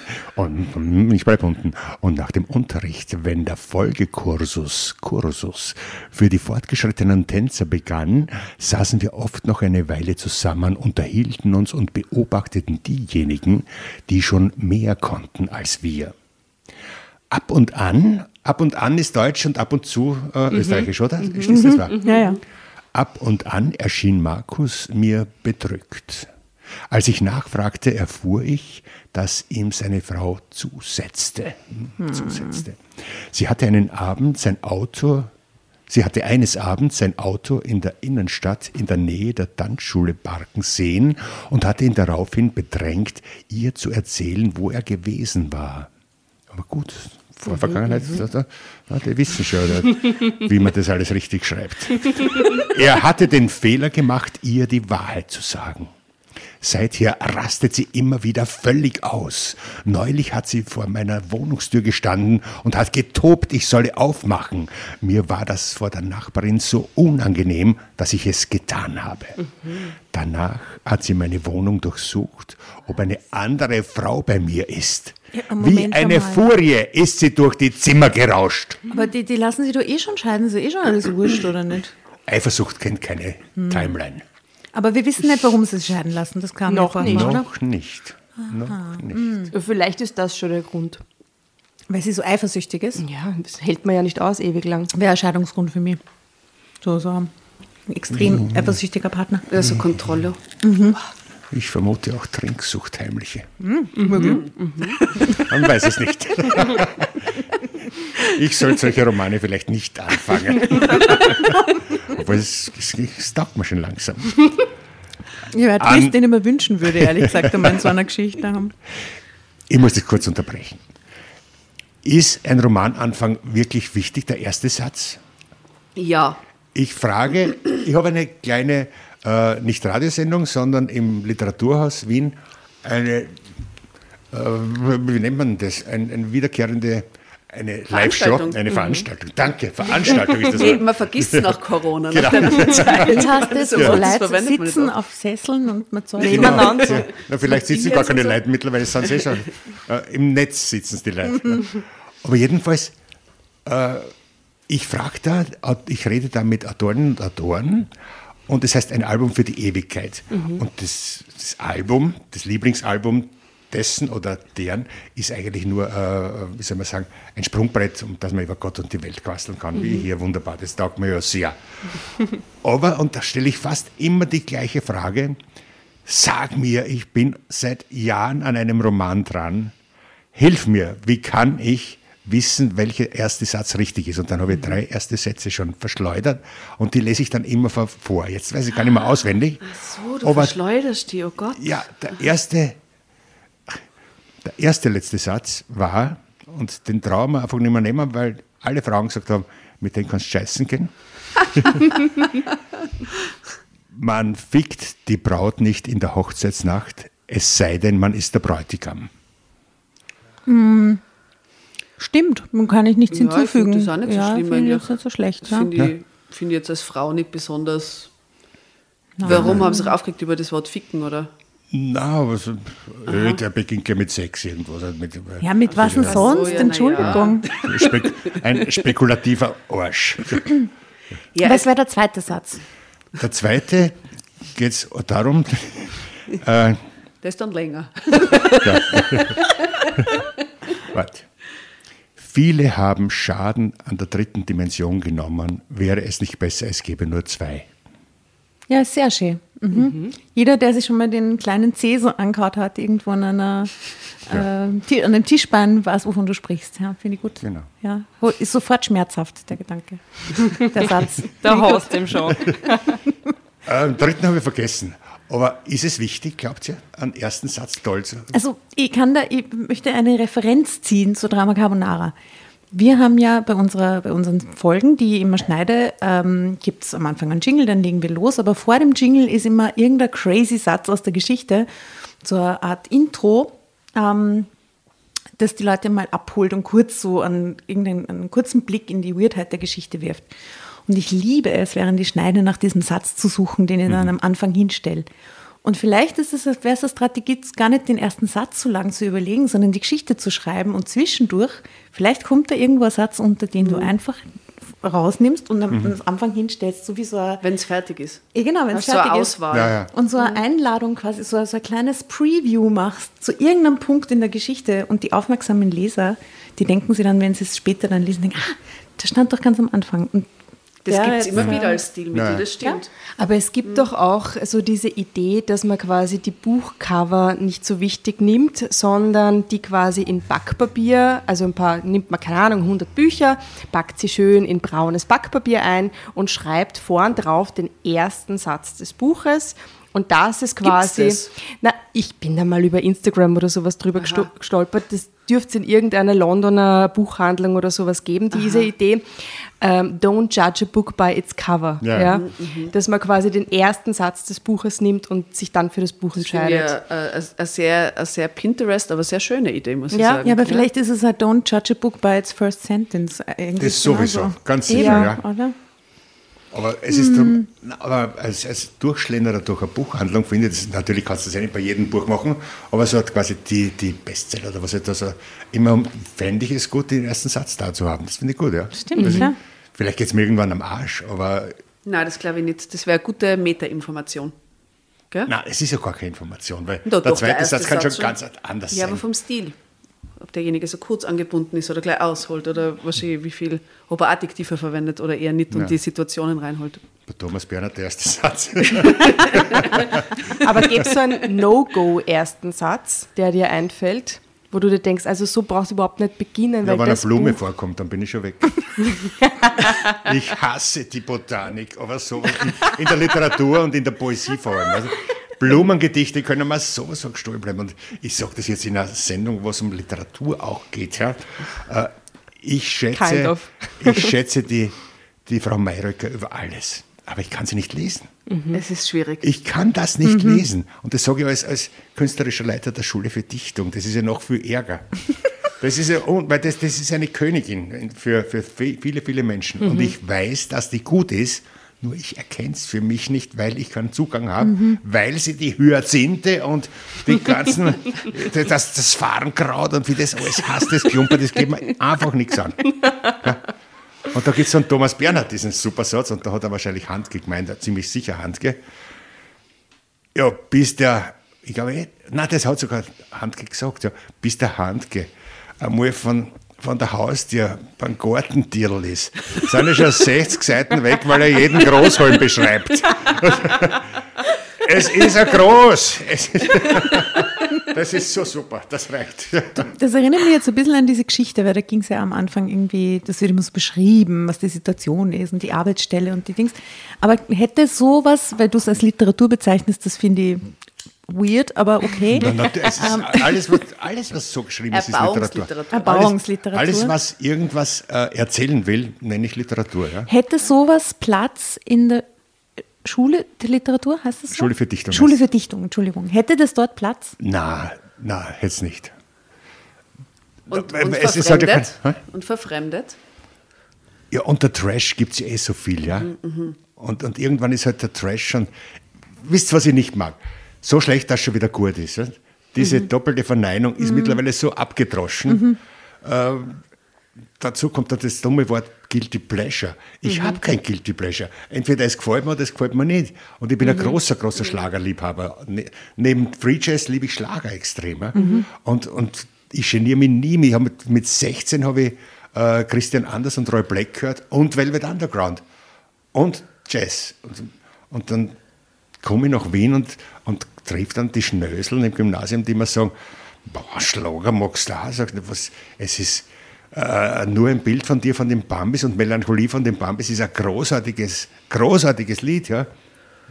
und ich bleibe unten, und nach dem Unterricht, wenn der Folgekursus, Kursus für die fortgeschrittenen Tänzer begann, saßen wir oft noch eine Weile zusammen, unterhielten uns und beobachteten diejenigen, die schon mehr konnten als wir. Ab und an, ab und an ist Deutsch und ab und zu äh, mhm. Österreichisch, oder? Mhm. Ist das wahr? Ja, ja. Ab und an erschien Markus mir bedrückt. Als ich nachfragte, erfuhr ich, dass ihm seine Frau zusetzte. Hm. zusetzte. Sie hatte einen Abend sein Auto, sie hatte eines Abends sein Auto in der Innenstadt in der Nähe der Tanzschule parken sehen und hatte ihn daraufhin bedrängt, ihr zu erzählen, wo er gewesen war. Aber gut, vor mhm. Vergangenheit, da, da, da, die wissen schon, da, wie man das alles richtig schreibt. Er hatte den Fehler gemacht, ihr die Wahrheit zu sagen. Seither rastet sie immer wieder völlig aus. Neulich hat sie vor meiner Wohnungstür gestanden und hat getobt, ich solle aufmachen. Mir war das vor der Nachbarin so unangenehm, dass ich es getan habe. Mhm. Danach hat sie meine Wohnung durchsucht, ob eine andere Frau bei mir ist. Ja, wie eine Furie ist sie durch die Zimmer gerauscht. Aber die, die lassen sich doch eh schon scheiden, ist ja eh schon alles wurscht, oder nicht? Eifersucht kennt keine hm. Timeline. Aber wir wissen nicht, warum sie sich scheiden lassen. Das kam noch nicht. Mal, noch nicht. Noch nicht. Hm. Vielleicht ist das schon der Grund. Weil sie so eifersüchtig ist? Ja, das hält man ja nicht aus ewig lang. Wäre ein Scheidungsgrund für mich. So, so ein extrem mhm. eifersüchtiger Partner. Ja, so Kontrolle. Mhm. Ich vermute auch Trinksucht, heimliche. Mhm. Mhm. Man weiß es nicht. Ich sollte solche Romane vielleicht nicht anfangen. Aber es, es, es taugt mir schon langsam. Ja, ein Twist, den ich mir wünschen würde, ehrlich gesagt, wenn wir in so einer Geschichte haben. Ich muss das kurz unterbrechen. Ist ein Romananfang wirklich wichtig, der erste Satz? Ja. Ich frage, ich habe eine kleine, äh, nicht Radiosendung, sondern im Literaturhaus Wien eine, äh, wie nennt man das, ein, ein wiederkehrende, eine Live-Show, eine mhm. Veranstaltung. Danke, Veranstaltung ist das. Nee, man vergisst nach Corona. Genau. Nach Jetzt hast du so ja. Leute sitzen auf Sesseln und man zahlt nebeneinander. Genau. Ja. Na, vielleicht sitzen gar keine so. Leute, mittlerweile sind sie eh schon. Äh, Im Netz sitzen die Leute. Mhm. Ja. Aber jedenfalls, äh, ich frage da, ich rede da mit Autorinnen und Autoren und das heißt ein Album für die Ewigkeit. Mhm. Und das, das Album, das Lieblingsalbum dessen oder deren ist eigentlich nur, äh, wie soll man sagen, ein Sprungbrett, um das man über Gott und die Welt quasteln kann, mhm. wie hier wunderbar, das taugt mir ja sehr. Aber, und da stelle ich fast immer die gleiche Frage, sag mir, ich bin seit Jahren an einem Roman dran, hilf mir, wie kann ich wissen, welcher erste Satz richtig ist. Und dann habe ich drei erste Sätze schon verschleudert und die lese ich dann immer vor. Jetzt weiß ich gar nicht mehr auswendig. Ach so, du aber, verschleuderst die, oh Gott. Ja, der erste, der erste letzte Satz war, und den trauen wir einfach nicht mehr nehmen, weil alle Frauen gesagt haben, mit denen kannst du scheißen gehen. Man fickt die Braut nicht in der Hochzeitsnacht, es sei denn, man ist der Bräutigam. Hm. Stimmt, man kann ich nichts ja, hinzufügen. Ich finde das auch nicht so ja, schlimm. Finde ich nicht so schlecht. Das ja. finde ich, find ich jetzt als Frau nicht besonders. Nein. Warum haben sie sich aufgeregt über das Wort ficken, oder? Na, aber so, äh, der beginnt ja mit Sex irgendwas. Mit, ja, mit was denn sonst? So, ja, Entschuldigung. Ja. Spek- ein spekulativer Arsch. Ja, was wäre der zweite Satz? Der zweite geht es darum. äh, der ist dann länger. Ja. Warte. Viele haben Schaden an der dritten Dimension genommen. Wäre es nicht besser, es gäbe nur zwei? Ja, sehr schön. Mhm. Mhm. Jeder, der sich schon mal den kleinen C so angehört hat, irgendwo an, einer, ja. äh, an einem Tischbein, weiß, wovon du sprichst. Ja, finde ich gut. Genau. Ja, ist sofort schmerzhaft, der Gedanke. Der Satz. Der haust dem schon. äh, den dritten habe ich vergessen. Aber ist es wichtig, glaubt ihr, einen ersten Satz toll zu? Also ich kann da, ich möchte eine Referenz ziehen zu Drama Carbonara. Wir haben ja bei, unserer, bei unseren Folgen, die ich immer schneide, ähm, gibt es am Anfang einen Jingle, dann legen wir los. Aber vor dem Jingle ist immer irgendein crazy Satz aus der Geschichte, so eine Art Intro, ähm, das die Leute mal abholt und kurz so einen, irgendeinen einen kurzen Blick in die Weirdheit der Geschichte wirft. Und ich liebe es, während ich schneide, nach diesem Satz zu suchen, den ich dann am Anfang hinstelle. Und vielleicht ist es, wäre es eine Strategie, gar nicht den ersten Satz so lang zu überlegen, sondern die Geschichte zu schreiben und zwischendurch, vielleicht kommt da irgendwo ein Satz unter, den du einfach rausnimmst und am mhm. Anfang hinstellst, so wie so ein... Wenn es fertig ist. Ja, genau, wenn es so fertig eine ist. Auswahl. Ja, ja. Und so eine Einladung quasi, so, so ein kleines Preview machst zu irgendeinem Punkt in der Geschichte und die aufmerksamen Leser, die denken sich dann, wenn sie es später dann lesen, denken, ah, das stand doch ganz am Anfang. Und das gibt es jetzt, immer ja. wieder als Stilmittel, Ja. das stimmt. Aber es gibt mhm. doch auch so diese Idee, dass man quasi die Buchcover nicht so wichtig nimmt, sondern die quasi in Backpapier, also ein paar, nimmt man, keine Ahnung, hundert Bücher, packt sie schön in braunes Backpapier ein und schreibt vorn drauf den ersten Satz des Buches. Und das ist quasi, Gibt's das? Na, ich bin da mal über Instagram oder sowas drüber gesto- gestolpert, das dürfte es in irgendeiner Londoner Buchhandlung oder sowas geben, diese Aha. Idee. Um, don't judge a book by its cover. Ja. Ja? Mhm. Dass man quasi den ersten Satz des Buches nimmt und sich dann für das Buch Das finde entscheidet. ich eine, eine, sehr, eine sehr Pinterest, aber sehr schöne Idee, muss ich Ja, sagen. Ja, aber vielleicht ist es halt Don't judge a book by its first sentence. Irgendwie Das sowieso, genauso. ganz sicher, Ja, ja. oder? Aber es ist drum, aber als, als Durchschlenderer durch eine Buchhandlung finde ich, das, natürlich kannst du das ja nicht bei jedem Buch machen, aber so hat quasi die, die Bestseller oder was halt da so, immer fände ich es gut, den ersten Satz da zu haben. Das finde ich gut, ja. Stimmt, Also, ja. Vielleicht geht es mir irgendwann am Arsch, aber Nein, das glaube ich nicht. Das wäre eine gute Meta-Information. Gell? nein, es ist ja gar keine Information, weil Da der doch, zweite erste Satz kann schon Satz ganz anders Ja, sein. aber vom Stil. Ob derjenige so kurz angebunden ist oder gleich ausholt oder wahrscheinlich wie viel, ob er Adjektive verwendet oder eher nicht und Ja. die Situationen reinholt. Bei Thomas Bernhard der erste Satz. Aber gäbe es so einen No-Go-ersten Satz, der dir einfällt, wo du dir denkst, also so brauchst du überhaupt nicht beginnen, Ja, weil wenn eine das Blume Buch, vorkommt, dann bin ich schon weg. Ich hasse die Botanik, aber so in, in der Literatur und in der Poesie vor allem. Also Blumengedichte können mir sowieso gestohlen bleiben. Und ich sage das jetzt in einer Sendung, wo es um Literatur auch geht. Ja. Äh, Ich Kind schätze, of. ich schätze die, die Frau Mayröcker über alles. Aber ich kann sie nicht lesen. Es ist schwierig. Ich kann das nicht lesen. Und das sage ich als, als künstlerischer Leiter der Schule für Dichtung. Das ist ja noch viel ärger. Das ist ja, weil das, das ist eine Königin für, für viele, viele Menschen. Und ich weiß, dass die gut ist, nur ich erkenne es für mich nicht, weil ich keinen Zugang habe, weil sie die Hyazinthe und die ganzen, das, das Farnkraut und wie das alles hasst, das Klumper, das geht mir einfach nichts an. Ja. Und da gibt es von Thomas Bernhard diesen super Satz, und da hat er wahrscheinlich Handke gemeint, ziemlich sicher Handke. Ja, bis der, ich glaube, eh, nein, das hat sogar Handke gesagt, ja, bis der Handke einmal von, von der Haustür beim Gartentierl ist, sind ja schon sechzig Seiten weg, weil er jeden Großholm beschreibt. Es ist ein Groß. Es ist das ist so super, das reicht. Das erinnert mich jetzt ein bisschen an diese Geschichte, weil da ging es ja am Anfang irgendwie, das wird immer so beschrieben, was die Situation ist und die Arbeitsstelle und die Dings. Aber hätte sowas, weil du es als Literatur bezeichnest, das finde ich weird, aber okay. Na, na, es ist alles, was, alles, was so geschrieben ist, ist Literatur. Erbauungsliteratur. Erbauungsliteratur. Alles, alles, was irgendwas äh, erzählen will, nenne ich Literatur. Ja? Hätte sowas Platz in der Schule der Literatur, heißt das so? Schule für Dichtung Schule heißt. für Dichtung, Entschuldigung. Hätte das dort Platz? Na, na, jetzt nicht. Und, Äh, und, es ist halt ja verfremdet, kein- hä? und verfremdet. Ja, unter Trash gibt es ja eh so viel, ja. Und, und irgendwann ist halt der Trash schon, wisst ihr, was ich nicht mag? So schlecht, dass schon wieder gut ist. Ja? Diese doppelte Verneinung ist mittlerweile so abgedroschen. Ähm, dazu kommt dann das dumme Wort Guilty Pleasure. Ich habe kein Guilty Pleasure. Entweder es gefällt mir oder es gefällt mir nicht. Und ich bin ein großer, großer Schlagerliebhaber. Ne, neben Free Jazz liebe ich Schlager extrem. Ja? Und, und ich geniere mich nie. Ich hab mit, mit sechzehn habe ich äh, Christian Anders und Roy Black gehört und Velvet Underground und Jazz. Und, und dann komme ich nach Wien und, und treffe dann die Schnöseln im Gymnasium, die mir sagen, boah, Schlager magst du auch? Sag ich, was, es ist äh, nur ein Bild von dir, von den Bambis, und Melancholie von den Bambis ist ein großartiges, großartiges Lied. Ja?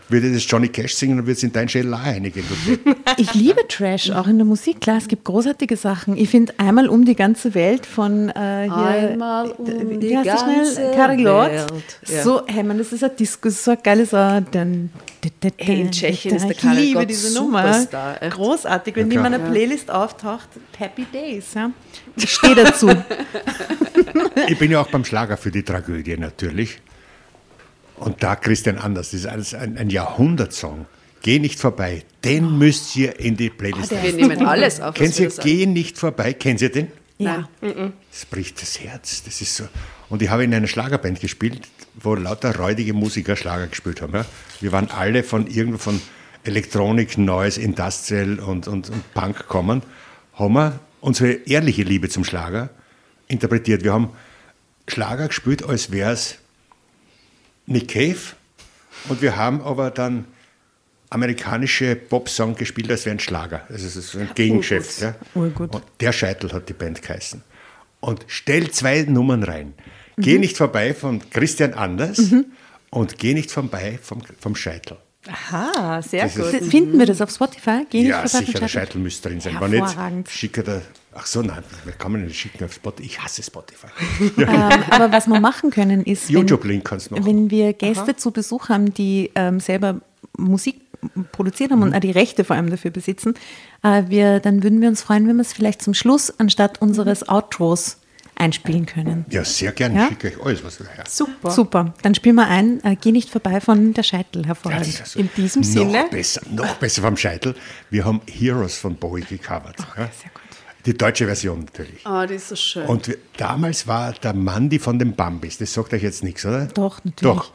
würde das Johnny Cash singen, dann würde es in dein Schädel auch reingehen. Ich liebe Trash, auch in der Musik. Klar, es gibt großartige Sachen. Ich finde einmal um die ganze Welt von äh, hier. Einmal um die wie heißt das ganze schnell? Karaglot. Welt. Ja. So, hey man, das ist ein Disco, das ist so ein geiles. Uh, dann, Hey, in Tschechien ist der ich liebe Karaglot diese Superstar, Nummer. echt. Großartig, wenn Ja, die in klar. meiner Playlist auftaucht. Happy Days. Ja. Ich stehe dazu. Ich bin ja auch beim Schlager für die Tragödie natürlich. Und da Christian Anders, das ist alles ein, ein Jahrhundertsong. Geh nicht vorbei, den müsst ihr in die Playlist Wir rein. nehmen alles auf. Kennt was wir ihr da sagen. Geh nicht vorbei? Kennt ihr den? Ja. Das bricht das Herz. Das ist so. Und ich habe in einer Schlagerband gespielt, wo lauter räudige Musiker Schlager gespielt haben. Ja? Wir waren alle von irgendwo von Elektronik, Noise, Industrial und, und, und Punk kommen, haben wir unsere ehrliche Liebe zum Schlager interpretiert. Wir haben Schlager gespielt, als wäre es Nick Cave, und wir haben aber dann amerikanische Popsong gespielt, als wäre ein Schlager. Also es ist so ein Gegengeschäft. Ja? Urgut. Und der Scheitel hat die Band geheißen. Und stell zwei Nummern rein. Geh nicht vorbei von Christian Anders und geh nicht vorbei vom, vom Scheitel. Aha, sehr Das gut. ist- Finden wir das auf Spotify? Geh nicht Ja, vorbei vom sicher, der Scheitel. Scheitel müsste drin sein. Wenn nicht, Hervorragend. schicke da. Ach so, nein, wir kann man nicht schicken auf Spotify. Ich hasse Spotify. Ähm, aber was wir machen können, ist, wenn, YouTube-Link kannst du machen. wenn wir Gäste zu Besuch haben, die ähm, selber Musik produziert haben und auch die Rechte vor allem dafür besitzen, äh, wir, dann würden wir uns freuen, wenn wir es vielleicht zum Schluss anstatt unseres Outros einspielen können. Ja, sehr gerne. Ja? Ich schicke euch alles, was wir her. Super. Super, dann spielen wir ein, äh, geh nicht vorbei von der Scheitel, Ja, hervorragend. das ist so. In diesem noch Sinne. Besser, noch besser vom Scheitel. Wir haben Heroes von Bowie gecovert. ja. sehr gut. Die deutsche Version natürlich. Ah, die ist so schön. Und wir, damals war der Mandy von den Bambis. Das sagt euch jetzt nichts, oder? Doch, natürlich. Doch.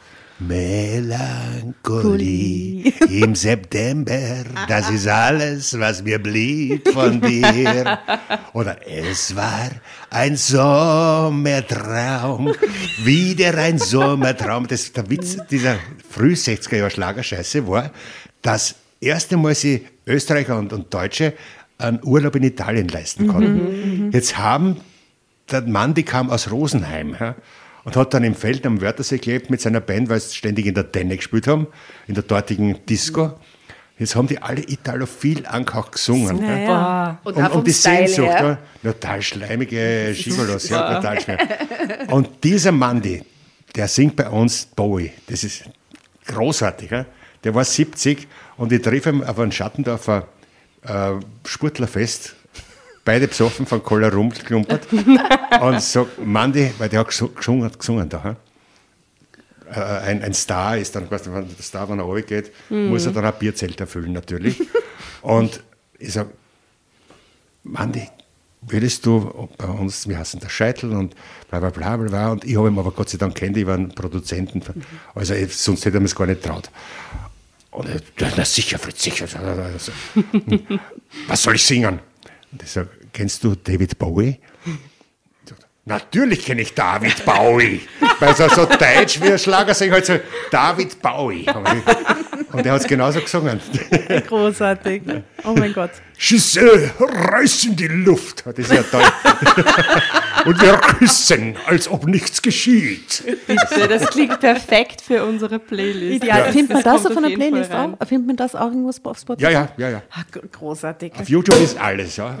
Melancholie im September, das ist alles, was mir blieb von dir. Oder es war ein Sommertraum, wieder ein Sommertraum. Das, der Witz dieser früh sechziger Jahre Schlagerscheiße war, dass erst einmal sie Österreicher und, und Deutsche einen Urlaub in Italien leisten konnten. Jetzt haben, der Mann, die kam aus Rosenheim, ja, und hat dann im Feld am Wörthersee gelebt mit seiner Band, weil sie ständig in der Tenne gespielt haben, in der dortigen Disco. Jetzt haben die alle italophil angehaucht gesungen. Ja, ja. ja. Und Um, auch vom um die Style Sehnsucht. her. Ja. Total schleimige Gigolos, ja, total schlimm. Und dieser Mandy, der singt bei uns Bowie. Das ist großartig. Ja. Der war siebzig und ich treffe ihn auf einem Schattendorfer äh, Sportlerfest, beide besoffen von Cola rumgeklumpert und sagt, Mandy, weil der hat gesu- gesungen, gesungen da, äh, ein, ein Star ist dann, quasi, wenn der Star, wenn er runtergeht, Mhm. muss er dann ein Bierzelt erfüllen natürlich. Und ich sage, Mandy, würdest du bei uns, wir hassen der Scheitel und bla bla bla bla, bla. Und ich habe ihn aber Gott sei Dank kennt, ich war ein Produzenten, also ich, sonst hätte er mir es gar nicht traut. Und er, ja, na sicher, Fritz, sicher. Also, was soll ich singen? Und ich sage, kennst du David Bowie? Sagt, natürlich kenne ich David Bowie. Weil so, so deutsch wie ein Schlagersänger halt so, David Bowie. Und er hat es genauso gesungen. Großartig. Oh mein Gott. Giselle, reiß in die Luft. Das ist ja toll. Und wir küssen, als ob nichts geschieht. Bitte, das klingt perfekt für unsere Playlist. Ideal. Das- Findet man das das kommt auf einer jeden Fall Playlist rein. auch? Findet man das auch irgendwo auf Spotify? Ja, ja, ja, ja. Ah, gr- großartig. Auf YouTube ist alles. Ja.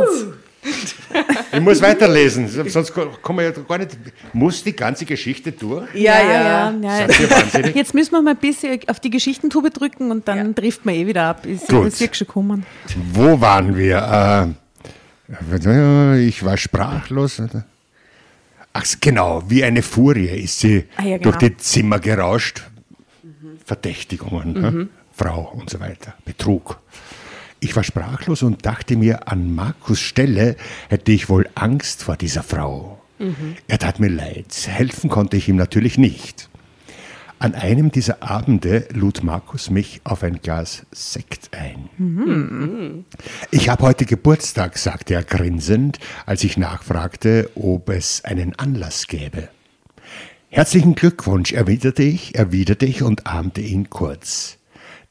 Ich muss weiterlesen, sonst kann man ja gar nicht. Muss die ganze Geschichte durch? Ja, ja. ja. Seid ihr wahnsinnig? Jetzt müssen wir mal ein bisschen auf die Geschichtentube drücken und dann trifft man eh wieder ab. Ist Gut. ist wirklich schon gekommen. Wo waren wir? Äh, ich war sprachlos. Ach, genau, wie eine Furie ist sie Ah, ja, genau. durch die Zimmer gerauscht. Verdächtigungen, ne? Frau und so weiter, Betrug. Ich war sprachlos und dachte mir, an Markus' Stelle hätte ich wohl Angst vor dieser Frau. Er tat mir leid, helfen konnte ich ihm natürlich nicht. An einem dieser Abende lud Markus mich auf ein Glas Sekt ein. Ich habe heute Geburtstag, sagte er grinsend, als ich nachfragte, ob es einen Anlass gäbe. Herzlichen Glückwunsch, erwiderte ich, erwiderte ich und ahmte ihn kurz.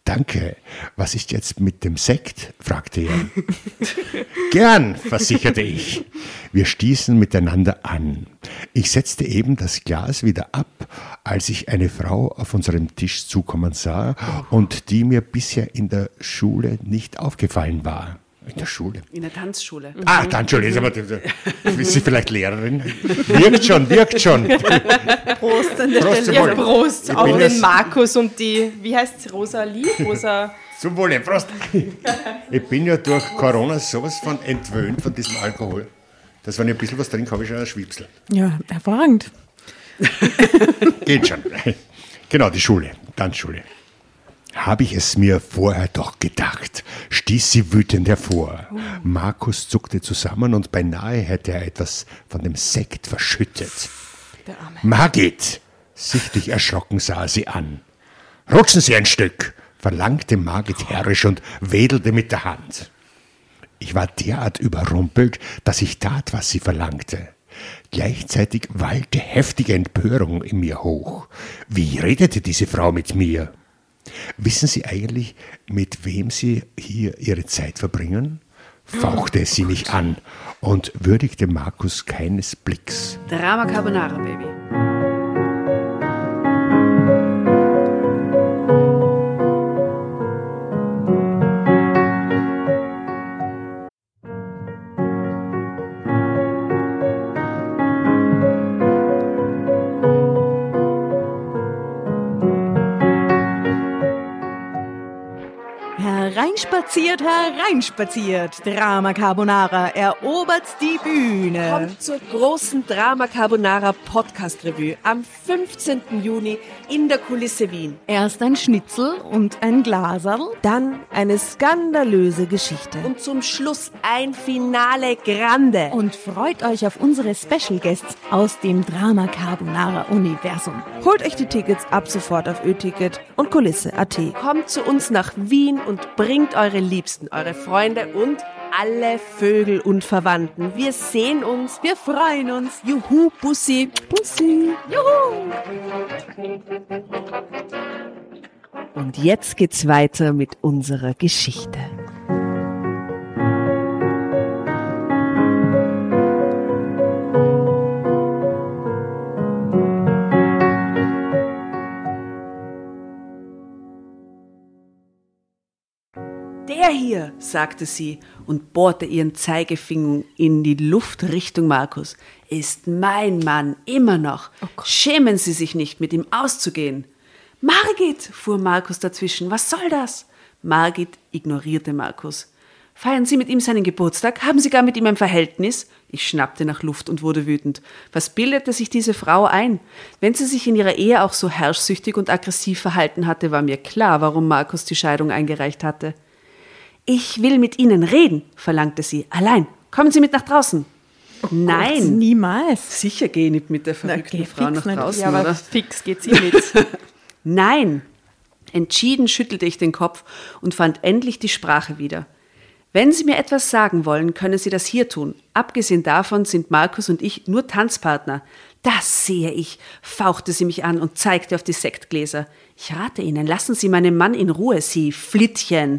Danke. Was ist jetzt mit dem Sekt? Fragte er. Gern, versicherte ich. Wir stießen miteinander an. Ich setzte eben das Glas wieder ab, als ich eine Frau auf unserem Tisch zukommen sah und die mir bisher in der Schule nicht aufgefallen war. In der Schule? In der Tanzschule. Ah, Tanzschule. Ist aber, ist sie vielleicht Lehrerin? Wirkt schon, wirkt schon. Prost an der Prost Stelle. zum Ja, Wohle. Prost Ich auf bin den das- Markus und die, wie heißt es, Rosalie? Rosa. Zum Wohle, Prost. Ich bin ja durch Corona sowas von entwöhnt von diesem Alkohol, dass wenn ich ein bisschen was trinke, habe ich schon einen Schwipsel. Ja, hervorragend. Geht schon. Genau, die Schule, Tanzschule. Habe ich es mir vorher doch gedacht, stieß sie wütend hervor. Markus zuckte zusammen und beinahe hätte er etwas von dem Sekt verschüttet. Der Arme. Margit! Sichtlich erschrocken sah sie an. Rutschen Sie ein Stück, verlangte Margit herrisch und wedelte mit der Hand. Ich war derart überrumpelt, dass ich tat, was sie verlangte. Gleichzeitig wallte heftige Empörung in mir hoch. Wie redete diese Frau mit mir? Wissen Sie eigentlich, mit wem Sie hier Ihre Zeit verbringen? Fauchte sie mich an und würdigte Markus keines Blicks. Drama Carbonara, Baby. Hereinspaziert, hereinspaziert. Drama Carbonara erobert die Bühne. Kommt zur großen Drama Carbonara Podcast Revue am fünfzehnten Juni in der Kulisse Wien. Erst ein Schnitzel und ein Glaserl. Dann eine skandalöse Geschichte. Und zum Schluss ein Finale Grande. Und freut euch auf unsere Special Guests aus dem Drama Carbonara Universum. Holt euch die Tickets ab sofort auf Ö-Ticket und Kulisse punkt at. Kommt zu uns nach Wien und bringt eure Liebsten, eure Freunde und alle Vögel und Verwandten. Wir sehen uns, wir freuen uns. Juhu, Bussi. Bussi. Juhu. Und jetzt geht's weiter mit unserer Geschichte. Der hier, sagte sie und bohrte ihren Zeigefinger in die Luft Richtung Markus, ist mein Mann, immer noch. Schämen Sie sich nicht, mit ihm auszugehen. Margit, fuhr Markus dazwischen, was soll das? Margit ignorierte Markus. Feiern Sie mit ihm seinen Geburtstag? Haben Sie gar mit ihm ein Verhältnis? Ich schnappte nach Luft und wurde wütend. Was bildete sich diese Frau ein? Wenn sie sich in ihrer Ehe auch so herrschsüchtig und aggressiv verhalten hatte, war mir klar, warum Markus die Scheidung eingereicht hatte. Ich will mit Ihnen reden, verlangte sie. Allein. Kommen Sie mit nach draußen. Oh Nein. Gott, niemals. Sicher gehe ich nicht mit der verrückten geh Frau fix nach nicht. draußen, Ja, aber oder? fix geht sie mit. Nein. Entschieden schüttelte ich den Kopf und fand endlich die Sprache wieder. Wenn Sie mir etwas sagen wollen, können Sie das hier tun. Abgesehen davon sind Markus und ich nur Tanzpartner. Das sehe ich, fauchte sie mich an und zeigte auf die Sektgläser. Ich rate Ihnen, lassen Sie meinen Mann in Ruhe, Sie Flittchen.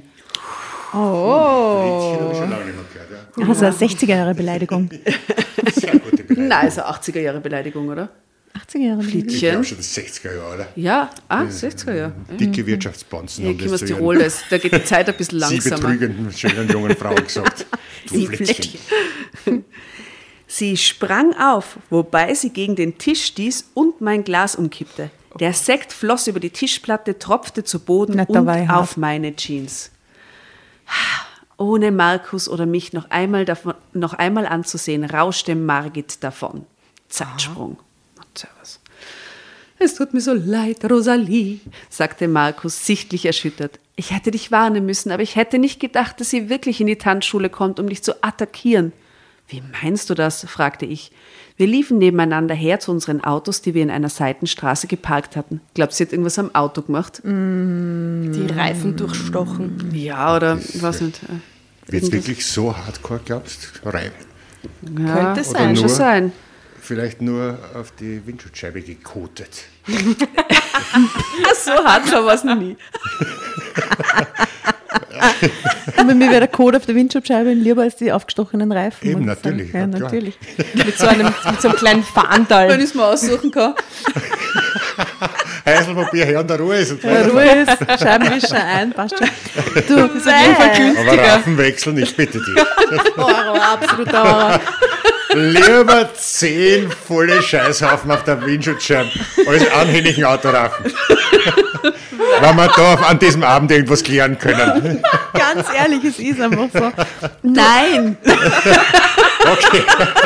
Oh. Habe ich schon lange nicht mehr gehört, ja. Also eine sechziger-Jahre-Beleidigung. Sehr gute Beleidigung. Nein, ist eine achtziger-Jahre-Beleidigung, oder? achtziger-Jahre-Beleidigung. Ich glaube schon sechziger Jahre, oder? Ja, ah, sechziger Jahre. Dicke Wirtschaftsbonzen Ja, haben ich komme aus das zu Tirol, ihren das, da geht die Zeit ein bisschen sie langsamer. betrügenden, schönen jungen Frauen gesagt. Du Sie Flittchen. Sie sprang auf, wobei sie gegen den Tisch stieß und mein Glas umkippte. Der Sekt floss über die Tischplatte, tropfte zu Boden Na, da und war ich hart. auf meine Jeans. Ohne Markus oder mich noch einmal, davon, noch einmal anzusehen, rauschte Margit davon. Zeitsprung. Und servus. Es tut mir so leid, Rosalie, sagte Markus, sichtlich erschüttert. Ich hätte dich warnen müssen, aber ich hätte nicht gedacht, dass sie wirklich in die Tanzschule kommt, um dich zu attackieren. Wie meinst du das? Fragte ich. Wir liefen nebeneinander her zu unseren Autos, die wir in einer Seitenstraße geparkt hatten. Glaubst du, sie hat irgendwas am Auto gemacht? Die Reifen durchstochen. Ja, oder was nicht. Wird es wirklich so hardcore, glaubst du? Rein. Ja, Könnte Oder sein. schon nur- sein. Vielleicht nur auf die Windschutzscheibe gekotet. So hardcore war es noch nie. Aber mir wäre der Code auf der Windschutzscheibe lieber als die aufgestochenen Reifen. Eben, muss ich natürlich, sagen. Ja, ja, klar. natürlich. Mit so einem, mit so einem kleinen Fahntal. Wenn ich es mir aussuchen kann. Heißelpapier her und der Ruhe ist. Und Ja, Ruhe ist, Scheibenwischer ein, passt schon. Du bist auf jeden Fall aber günstiger. Raffenwechsel nicht, bitte dich. Horror, absoluter Horror. Lieber zehn volle Scheißhaufen auf der Windschutzscheibe als anhängigen Autoraffen. Wenn wir da auf, an diesem Abend irgendwas klären können. Ganz ehrlich, es ist einfach so. Nein! Okay.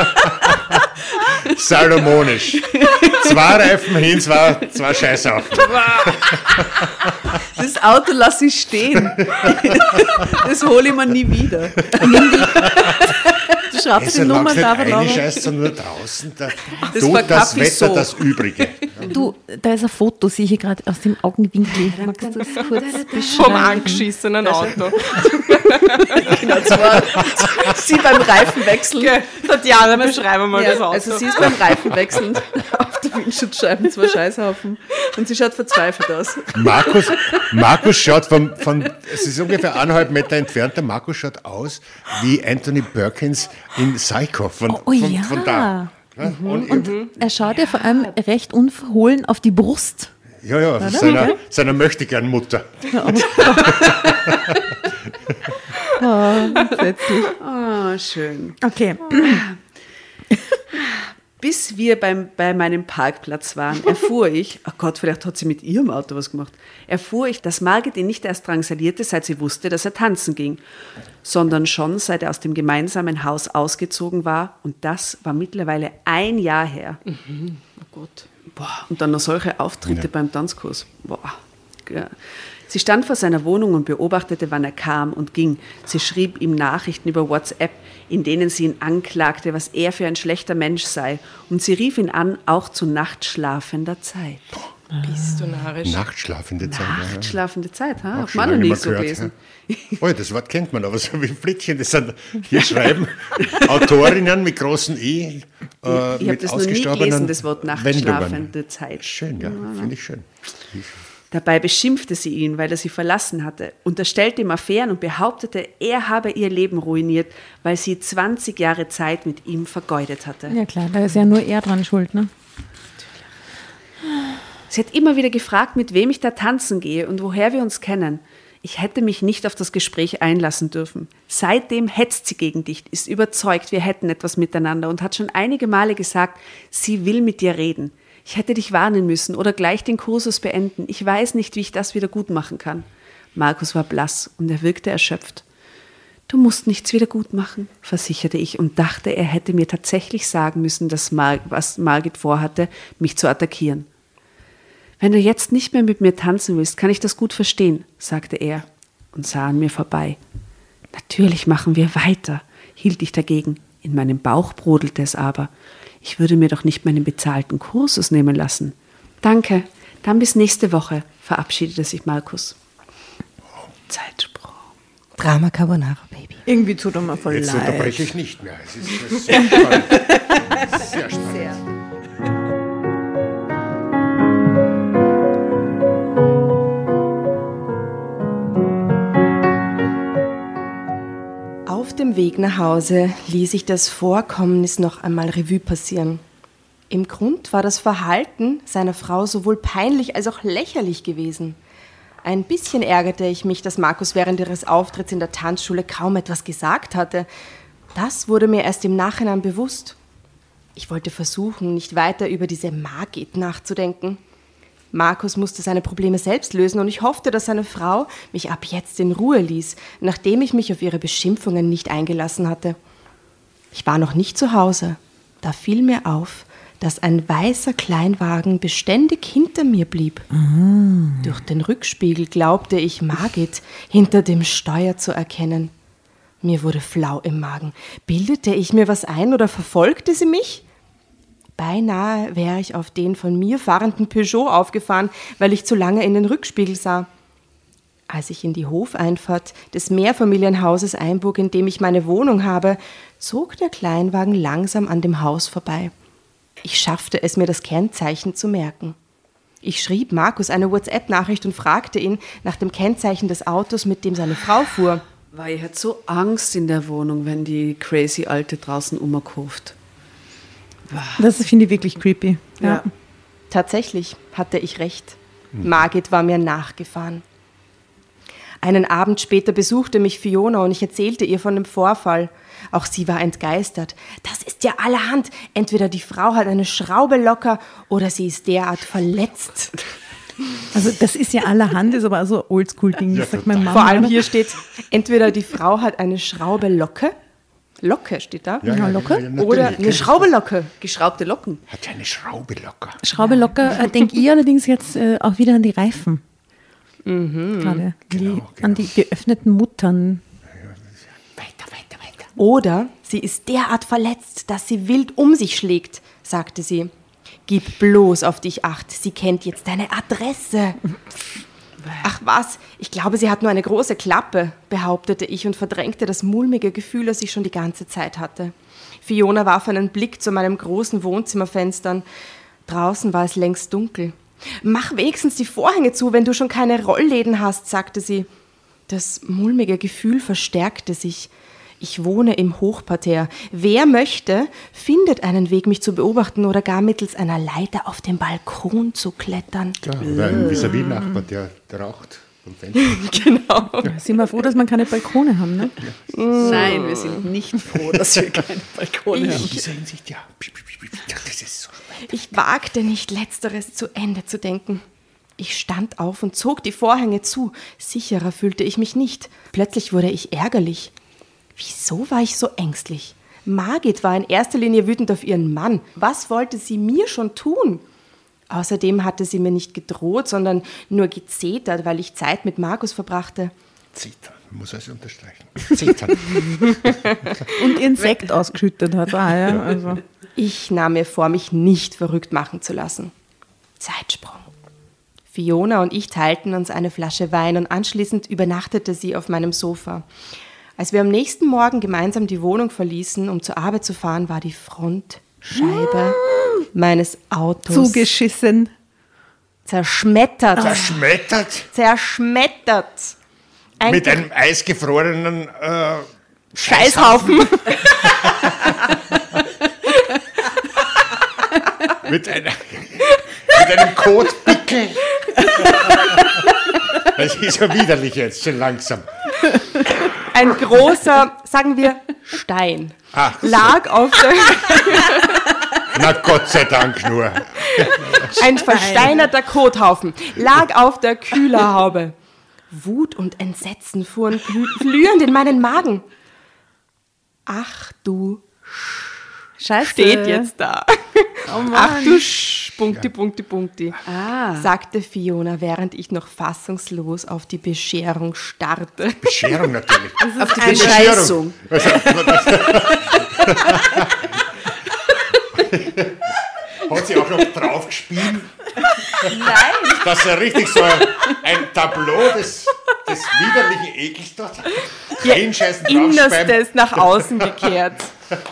Salomonisch. Zwei Reifen hin, zwei, zwei Scheißhaufen. Das Auto lasse ich stehen. Das hole ich mir nie wieder. Du schraubst Also die Nummer da eine verloren. scheißt, sondern nur draußen. Da, Das tut verkauf das ich Wetter so. das Übrige. Du, da ist ein Foto, sehe ich gerade aus dem Augenwinkel. Magst du das kurz Vom beschreiben? angeschissenen Auto. Genau, zwar sie beim Reifenwechseln. Tatjana, beschreiben wir mal das Ja, Auto. also sie ist beim Reifenwechseln auf der Windschutzscheiben, zwei Scheißhaufen. Und sie schaut verzweifelt aus. Markus, Markus schaut von, von, es ist ungefähr eineinhalb Meter entfernt, der Markus schaut aus wie Anthony Perkins in Psycho. Von, Oh, von, ja. von da. Ja, und, Und er schaut ja vor allem recht unverhohlen auf die Brust. ja, ja, von seiner, seiner Möchtegern-Mutter. Plötzlich. Ah, schön. Okay. Bis wir beim, bei meinem Parkplatz waren, erfuhr ich, oh Gott, vielleicht hat sie mit ihrem Auto was gemacht, erfuhr ich, dass Margit ihn nicht erst drangsalierte, seit sie wusste, dass er tanzen ging, sondern schon seit er aus dem gemeinsamen Haus ausgezogen war. Und das war mittlerweile ein Jahr her. Mhm. Oh Gott. Boah, und dann noch solche Auftritte Ja. beim Tanzkurs. Boah. Ja. Sie stand vor seiner Wohnung und beobachtete, wann er kam und ging. Sie schrieb ihm Nachrichten über WhatsApp, in denen sie ihn anklagte, was er für ein schlechter Mensch sei. Und sie rief ihn an, auch zu nachtschlafender Zeit. Bist du narrisch? Nachtschlafende Zeit. ja, ja. Nachtschlafende Zeit, ha? Auch Hat schon man noch lange nie mal so gehört, gelesen. ja. Oh ja, das Wort kennt man, aber so wie Flittchen, das sind hier schreiben Autorinnen mit großen I. Äh, Ich habe mit das noch nie ausgestorbenen gelesen, das Wort nachtschlafende Wendungen. Zeit. Schön, ja, finde ich schön. Dabei beschimpfte sie ihn, weil er sie verlassen hatte, unterstellte ihm Affären und behauptete, er habe ihr Leben ruiniert, weil sie zwanzig Jahre Zeit mit ihm vergeudet hatte. Ja klar, da ist ja nur er dran schuld, ne? Sie hat immer wieder gefragt, mit wem ich da tanzen gehe und woher wir uns kennen. Ich hätte mich nicht auf das Gespräch einlassen dürfen. Seitdem hetzt sie gegen dich, ist überzeugt, wir hätten etwas miteinander und hat schon einige Male gesagt, sie will mit dir reden. Ich hätte dich warnen müssen oder gleich den Kursus beenden. Ich weiß nicht, wie ich das wieder gut machen kann. Markus war blass und er wirkte erschöpft. Du musst nichts wieder gut machen, versicherte ich und dachte, er hätte mir tatsächlich sagen müssen, dass Mar- was Margit vorhatte, mich zu attackieren. Wenn du jetzt nicht mehr mit mir tanzen willst, kann ich das gut verstehen, sagte er und sah an mir vorbei. Natürlich machen wir weiter, hielt ich dagegen. In meinem Bauch brodelte es aber. Ich würde mir doch nicht meinen bezahlten Kursus nehmen lassen. Danke, dann bis nächste Woche, verabschiedete sich Markus. Zeitsprung. Drama Carbonara, Baby. Irgendwie tut er mir voll Jetzt leid. unterbreche ich nicht mehr. Es ist, es ist sehr spannend. Sehr spannend. Sehr. Auf dem Weg nach Hause ließ ich das Vorkommnis noch einmal Revue passieren. Im Grund war das Verhalten seiner Frau sowohl peinlich als auch lächerlich gewesen. Ein bisschen ärgerte ich mich, dass Markus während ihres Auftritts in der Tanzschule kaum etwas gesagt hatte. Das wurde mir erst im Nachhinein bewusst. Ich wollte versuchen, nicht weiter über diese Margit nachzudenken. Markus musste seine Probleme selbst lösen und ich hoffte, dass seine Frau mich ab jetzt in Ruhe ließ, nachdem ich mich auf ihre Beschimpfungen nicht eingelassen hatte. Ich war noch nicht zu Hause. Da fiel mir auf, dass ein weißer Kleinwagen beständig hinter mir blieb. Mm. Durch den Rückspiegel glaubte ich, Margit hinter dem Steuer zu erkennen. Mir wurde flau im Magen. Bildete ich mir was ein oder verfolgte sie mich? Beinahe wäre ich auf den von mir fahrenden Peugeot aufgefahren, weil ich zu lange in den Rückspiegel sah. Als ich in die Hofeinfahrt des Mehrfamilienhauses einbog, in dem ich meine Wohnung habe, zog der Kleinwagen langsam an dem Haus vorbei. Ich schaffte es mir, das Kennzeichen zu merken. Ich schrieb Markus eine WhatsApp-Nachricht und fragte ihn nach dem Kennzeichen des Autos, mit dem seine Frau fuhr. Weil ich hatte so Angst in der Wohnung, wenn die crazy Alte draußen umkauft. Das finde ich wirklich creepy. Ja. Ja. Tatsächlich hatte ich recht. Margit war mir nachgefahren. Einen Abend später besuchte mich Fiona und ich erzählte ihr von dem Vorfall. Auch sie war entgeistert. Das ist ja allerhand. Entweder die Frau hat eine Schraube locker oder sie ist derart verletzt. Also das ist ja allerhand, ist aber so ein Oldschool-Ding, das sagt meine Mama. Vor allem hier steht, entweder die Frau hat eine Schraube Locke, Locke steht da, Ja, ja, Locke? ja, ja, natürlich. oder eine Schraube Locke. Geschraubte Locken. Hat ja eine Schraube locker. Schraube locker, äh, denke ich allerdings jetzt äh, auch wieder an die Reifen. Mhm. Gerade. Die, Genau, An die geöffneten Muttern. Weiter, weiter, weiter. Oder sie ist derart verletzt, dass sie wild um sich schlägt, sagte sie. Gib bloß auf dich acht, sie kennt jetzt deine Adresse. Ach was, ich glaube, sie hat nur eine große Klappe, behauptete ich und verdrängte das mulmige Gefühl, das ich schon die ganze Zeit hatte. Fiona warf einen Blick zu meinem großen Wohnzimmerfenstern. Draußen war es längst dunkel. Mach wenigstens die Vorhänge zu, wenn du schon keine Rollläden hast, sagte sie. Das mulmige Gefühl verstärkte sich. Ich wohne im Hochparterre. Wer möchte, findet einen Weg, mich zu beobachten oder gar mittels einer Leiter auf den Balkon zu klettern. Ja, oder ein Vis-à-vis-Nachbar, der, der raucht vom Fenster. Genau. Sind wir froh, dass wir keine Balkone haben, ne? Nein, wir sind nicht froh, dass wir keine Balkone In haben. dieser Hinsicht, ja. Das ist so. Ich wagte nicht, Letzteres zu Ende zu denken. Ich stand auf und zog die Vorhänge zu. Sicherer fühlte ich mich nicht. Plötzlich wurde ich ärgerlich. Wieso war ich so ängstlich? Margit war in erster Linie wütend auf ihren Mann. Was wollte sie mir schon tun? Außerdem hatte sie mir nicht gedroht, sondern nur gezetert, weil ich Zeit mit Markus verbrachte. Zittern, muss also unterstreichen. Zittern. Und ihren Sekt ausgeschüttet hat. Ah, ja, also. Ich nahm mir vor, mich nicht verrückt machen zu lassen. Zeitsprung. Fiona und ich teilten uns eine Flasche Wein und anschließend übernachtete sie auf meinem Sofa. Als wir am nächsten Morgen gemeinsam die Wohnung verließen, um zur Arbeit zu fahren, war die Frontscheibe meines Autos Zugeschissen. zerschmettert. Zerschmettert Zerschmettert. Ein mit einem eisgefrorenen äh, Scheißhaufen. mit, einer, mit einem Kotpickel. Das ist ja widerlich jetzt, schon langsam. Ein großer, sagen wir, Stein Ach, so. lag auf der... Na Gott sei Dank nur. Ein versteinerter Kothaufen lag auf der Kühlerhaube. Wut und Entsetzen fuhren glü- glühend in meinen Magen. Ach du Scheiße. steht jetzt da. Oh Mann. Ach du Sch, Punkti, Punkti, Punkti, Ah. sagte Fiona, während ich noch fassungslos auf die Bescherung starrte. Bescherung natürlich. Auf die Eine Bescheißung. Also, hat sie auch noch drauf gespielt? Nein. Dass er richtig so ein, ein Tableau des, des widerlichen Ekels dort Ihr hinscheißen draufspeiben. Innerstes nach außen gekehrt.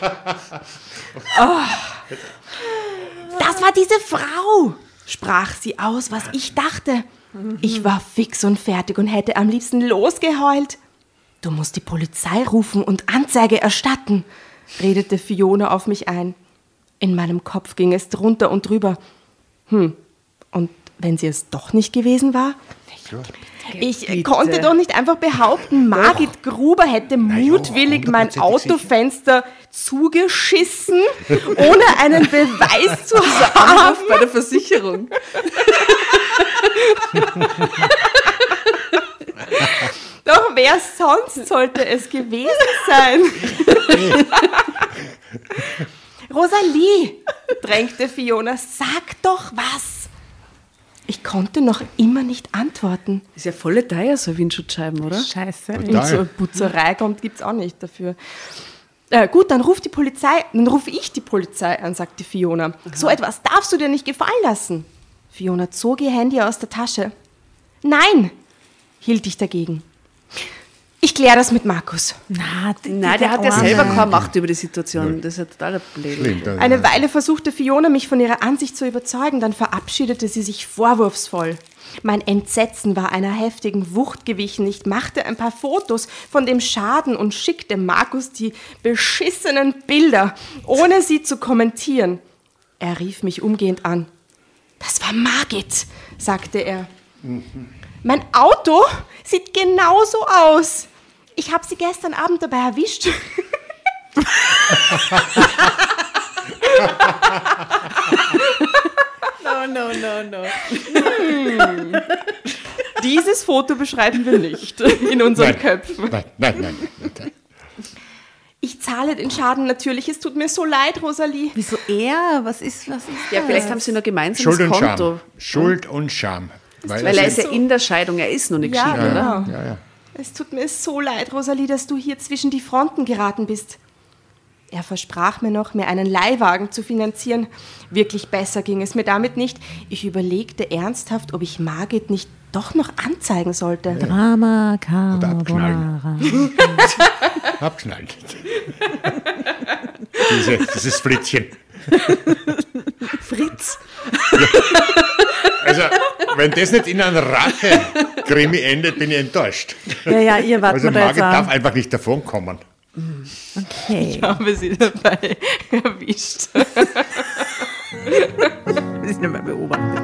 Oh. Das war diese Frau, sprach sie aus, was ich dachte. Ich war fix und fertig und hätte am liebsten losgeheult. Du musst die Polizei rufen und Anzeige erstatten, redete Fiona auf mich ein. In meinem Kopf ging es drunter und drüber. Hm, und wenn sie es doch nicht gewesen war? Ich Bitte. konnte doch nicht einfach behaupten, Margit Gruber hätte mutwillig mein hundertprozentig Autofenster zugeschissen, ohne einen Beweis zu haben. Anruf bei der Versicherung. Doch wer sonst sollte es gewesen sein? Rosalie, drängte Fiona, sag doch was. Ich konnte noch immer nicht antworten. Ist ja voll teuer, so Windschutzscheiben, oder? Scheiße. Total. Und so eine Putzerei kommt, gibt's auch nicht dafür. Äh, gut, dann ruf die Polizei, dann rufe ich die Polizei an, sagte Fiona. So etwas darfst du dir nicht gefallen lassen. Fiona zog ihr Handy aus der Tasche. Nein, hielt ich dagegen. Ich kläre das mit Markus. Na, die, Nein, der hat ja Arme. selber keine Macht über die Situation. Das ist ja total blöd. Schlimm, da- Eine Weile versuchte Fiona, mich von ihrer Ansicht zu überzeugen, dann verabschiedete sie sich vorwurfsvoll. Mein Entsetzen war einer heftigen Wucht gewichen. Ich machte ein paar Fotos von dem Schaden und schickte Markus die beschissenen Bilder, ohne sie zu kommentieren. Er rief mich umgehend an. Das war Margit, sagte er. Mein Auto sieht genauso aus. Ich habe sie gestern Abend dabei erwischt. No, no, no, no. Dieses Foto beschreiben wir nicht in unseren Nein. Köpfen. Nein, nein, nein, nein, nein. Ich zahle den Schaden natürlich. Es tut mir so leid, Rosalie. Wieso er? Was ist, was ist Ja, das? vielleicht haben sie noch gemeinsames Schuld und Konto. Scham. Schuld und Scham. Weil, Weil er es ist ja in der Scheidung, er ist noch nicht Ja, geschieden, oder? genau. ja, ja. Es tut mir so leid, Rosalie, dass du hier zwischen die Fronten geraten bist. Er versprach mir noch, mir einen Leihwagen zu finanzieren. Wirklich besser ging es mir damit nicht. Ich überlegte ernsthaft, ob ich Margit nicht doch noch anzeigen sollte. Drama abknallen. Carbonara. Abknallen. Diese, dieses Flitzchen. Fritz. Also, wenn das nicht in einer Rache-Krimi endet, bin ich enttäuscht. Ja, ja, ihr wart Also mir da jetzt Margit darf an. einfach nicht davonkommen. Okay. Ich habe sie dabei erwischt. Wir sind immer beobachtet.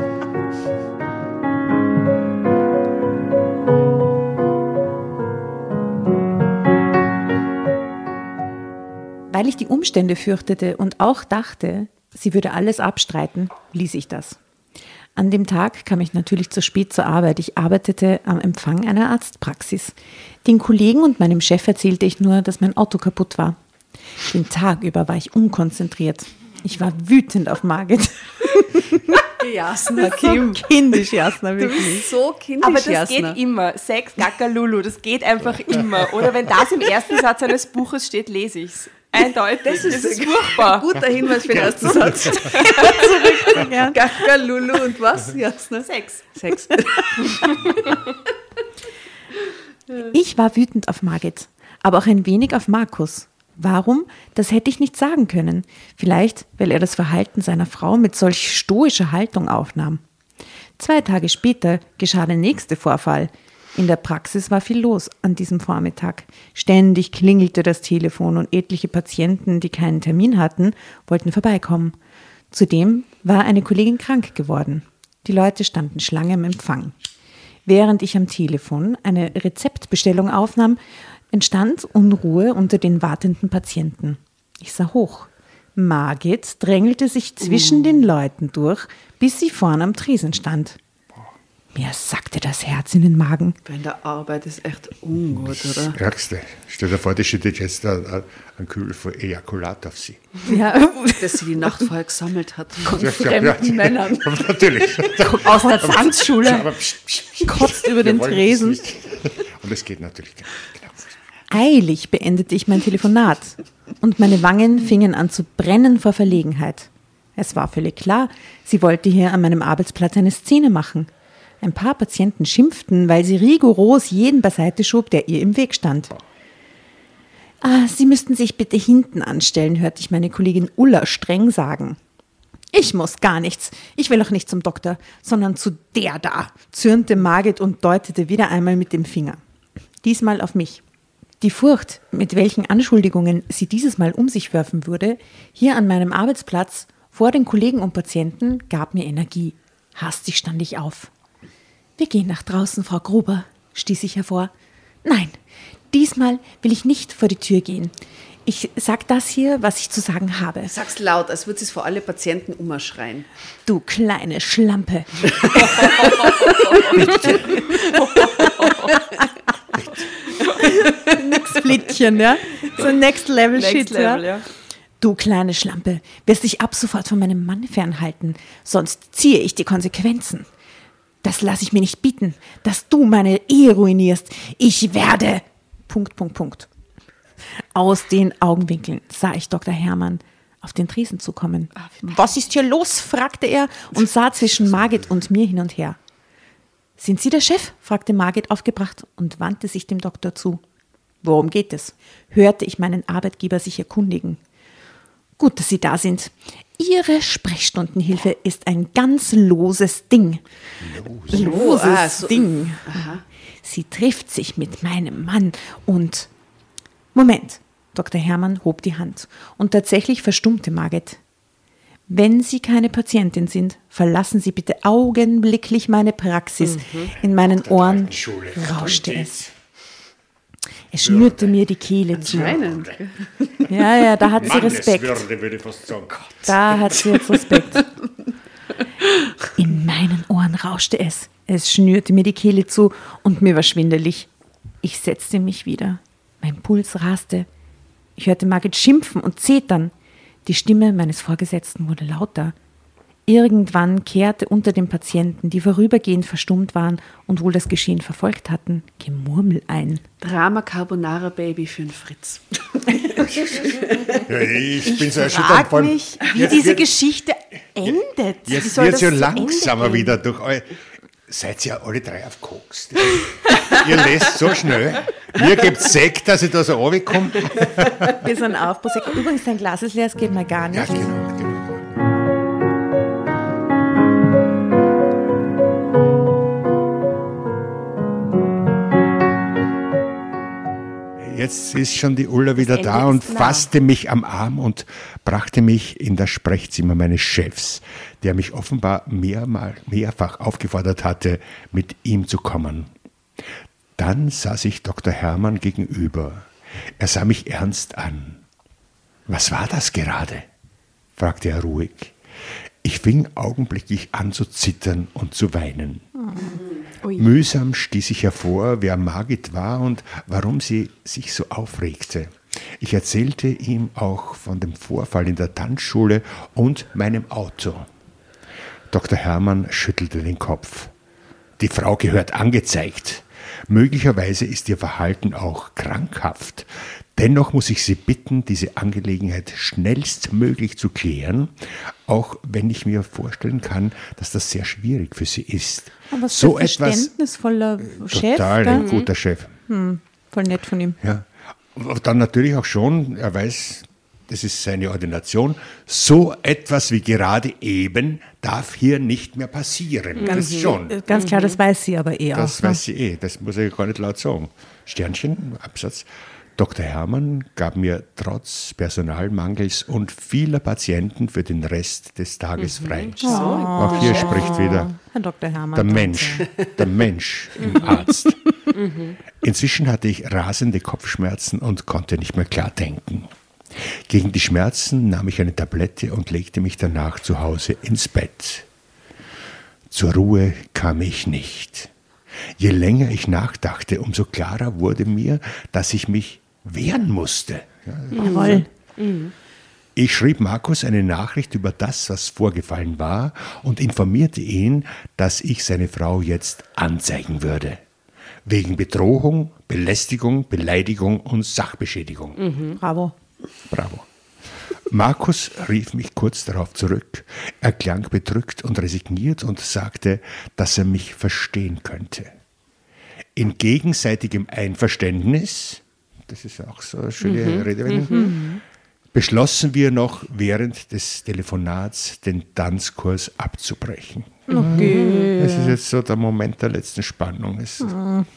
Weil ich die Umstände fürchtete und auch dachte, sie würde alles abstreiten, ließ ich das. An dem Tag kam ich natürlich zu spät zur Arbeit. Ich arbeitete am Empfang einer Arztpraxis. Den Kollegen und meinem Chef erzählte ich nur, dass mein Auto kaputt war. Den Tag über war ich unkonzentriert. Ich war wütend auf Margit. Jasna, So kindisch, Jasna, Du wirklich. bist so kindisch, Aber das Jasna. geht immer. Sex, Gaga, Lulu, das geht einfach immer. Oder wenn das im ersten Satz eines Buches steht, lese ich es. Eindeutig. Das ist, das ist furchtbar. Guter Hinweis für den ersten Satz. Ja. Gaga, Lulu und was, Jasna? Sex. Sex. Ich war wütend auf Margit, aber auch ein wenig auf Markus. Warum? Das hätte ich nicht sagen können. Vielleicht, weil er das Verhalten seiner Frau mit solch stoischer Haltung aufnahm. Zwei Tage später geschah der nächste Vorfall. In der Praxis war viel los an diesem Vormittag. Ständig klingelte das Telefon und etliche Patienten, die keinen Termin hatten, wollten vorbeikommen. Zudem war eine Kollegin krank geworden. Die Leute standen Schlange im Empfang. Während ich am Telefon eine Rezeptbestellung aufnahm, entstand Unruhe unter den wartenden Patienten. Ich sah hoch. Margit drängelte sich zwischen den Leuten durch, bis sie vorn am Tresen stand. Mir sackte das Herz in den Magen. Bei der Arbeit ist echt ungut, oder? Das Ärgste. Stell dir vor, die schüttet jetzt ein, ein Kühl von Ejakulat auf sie. Ja, Dass sie die Nacht vorher gesammelt hat. Von Ja, fremden ja. Männern. Aber natürlich. Aus der Tanzschule. Aber pst, pst, pst, kotzt über wir den wollen das Tresen. nicht. Und es geht natürlich genau. Eilig beendete ich mein Telefonat und meine Wangen fingen an zu brennen vor Verlegenheit. Es war völlig klar, sie wollte hier an meinem Arbeitsplatz eine Szene machen. Ein paar Patienten schimpften, weil sie rigoros jeden beiseite schob, der ihr im Weg stand. Ah, Sie müssten sich bitte hinten anstellen, hörte ich meine Kollegin Ulla streng sagen. Ich muss gar nichts. Ich will auch nicht zum Doktor, sondern zu der da, zürnte Margit und deutete wieder einmal mit dem Finger. Diesmal auf mich. Die Furcht, mit welchen Anschuldigungen sie dieses Mal um sich werfen würde, hier an meinem Arbeitsplatz, vor den Kollegen und Patienten, gab mir Energie. Hastig stand ich auf. Wir gehen nach draußen, Frau Gruber, stieß ich hervor. Nein, diesmal will ich nicht vor die Tür gehen. Ich sag das hier, was ich zu sagen habe. Sag's laut, als würde es vor alle Patienten umschreien. Du kleine Schlampe. Nix Flittchen, ja? So Next Level Next Shit, Level, ja? ja. Du kleine Schlampe, wirst dich ab sofort von meinem Mann fernhalten, sonst ziehe ich die Konsequenzen. Das lasse ich mir nicht bieten, dass du meine Ehe ruinierst. Ich werde... Punkt, Punkt, Punkt. Aus den Augenwinkeln sah ich Doktor Hermann auf den Tresen zukommen. Was ist hier los? Fragte er und sah zwischen Margit und mir hin und her. Sind Sie der Chef? Fragte Margit aufgebracht und wandte sich dem Doktor zu. Worum geht es? Hörte ich meinen Arbeitgeber sich erkundigen. Gut, dass Sie da sind. Ihre Sprechstundenhilfe ist ein ganz loses Ding. Los. Loses oh, ah, so. Ding. Aha. Sie trifft sich mit meinem Mann und... Moment, Doktor Hermann hob die Hand und tatsächlich verstummte Margit. Wenn Sie keine Patientin sind, verlassen Sie bitte augenblicklich meine Praxis. Mhm. In meinen Ohren rauschte es. Es schnürte mir die Kehle zu. Ja, ja, da hat sie Respekt. Würde ich fast sagen. Da hat sie jetzt Respekt. In meinen Ohren rauschte es. Es schnürte mir die Kehle zu und mir war schwindelig. Ich setzte mich wieder. Mein Puls raste. Ich hörte Margit schimpfen und zetern. Die Stimme meines Vorgesetzten wurde lauter. Irgendwann kehrte unter den Patienten, die vorübergehend verstummt waren und wohl das Geschehen verfolgt hatten, Gemurmel ein. Drama Carbonara Baby für den Fritz. Ja, ich, ich bin so erschüttert. Ich frage mich, wie jetzt diese wird, Geschichte endet. Jetzt wird es ja langsamer wieder durch euch. Seid ihr alle drei auf Koks? Ihr lest so schnell. Mir gibt es Sekt, dass ich da so runterkomme. Wir sind auf Prosecco. Übrigens, dein Glas ist leer, das geht mal gar nicht. Ja, genau, genau. Jetzt ist schon die Ulla wieder da und fasste mich am Arm und brachte mich in das Sprechzimmer meines Chefs, der mich offenbar mehrmal, mehrfach aufgefordert hatte, mit ihm zu kommen. Dann saß ich Doktor Hermann gegenüber. Er sah mich ernst an. »Was war das gerade?« fragte er ruhig. Ich fing augenblicklich an zu zittern und zu weinen. Oh. Mühsam stieß ich hervor, wer Margit war und warum sie sich so aufregte. Ich erzählte ihm auch von dem Vorfall in der Tanzschule und meinem Auto. Doktor Hermann schüttelte den Kopf. Die Frau gehört angezeigt. Möglicherweise ist ihr Verhalten auch krankhaft. Dennoch muss ich Sie bitten, diese Angelegenheit schnellstmöglich zu klären, auch wenn ich mir vorstellen kann, dass das sehr schwierig für Sie ist. Aber so ein verständnisvoller etwas, Chef. Total ein guter Chef. Hm, voll nett von ihm. Ja. Und dann natürlich auch schon, er weiß, das ist seine Ordination, so etwas wie gerade eben darf hier nicht mehr passieren. Ganz, das schon. Ganz klar, das weiß sie aber eh auch. Das weiß sie eh, das muss ich gar nicht laut sagen. Sternchen, Absatz. Doktor Hermann gab mir trotz Personalmangels und vieler Patienten für den Rest des Tages mhm. frei. Oh. Auch hier spricht wieder Herr Doktor Hermann, der Mensch, der Mensch im Arzt. Inzwischen hatte ich rasende Kopfschmerzen und konnte nicht mehr klar denken. Gegen die Schmerzen nahm ich eine Tablette und legte mich danach zu Hause ins Bett. Zur Ruhe kam ich nicht. Je länger ich nachdachte, umso klarer wurde mir, dass ich mich wehren musste. Jawohl. Ich schrieb Markus eine Nachricht über das, was vorgefallen war und informierte ihn, dass ich seine Frau jetzt anzeigen würde. Wegen Bedrohung, Belästigung, Beleidigung und Sachbeschädigung. Mhm. Bravo. Bravo. Markus rief mich kurz darauf zurück. Er klang bedrückt und resigniert und sagte, dass er mich verstehen könnte. In gegenseitigem Einverständnis, das ist auch so eine schöne mhm. Redewendung, mhm. beschlossen wir noch während des Telefonats den Tanzkurs abzubrechen. Okay. Das ist jetzt so der Moment der letzten Spannung. Mhm.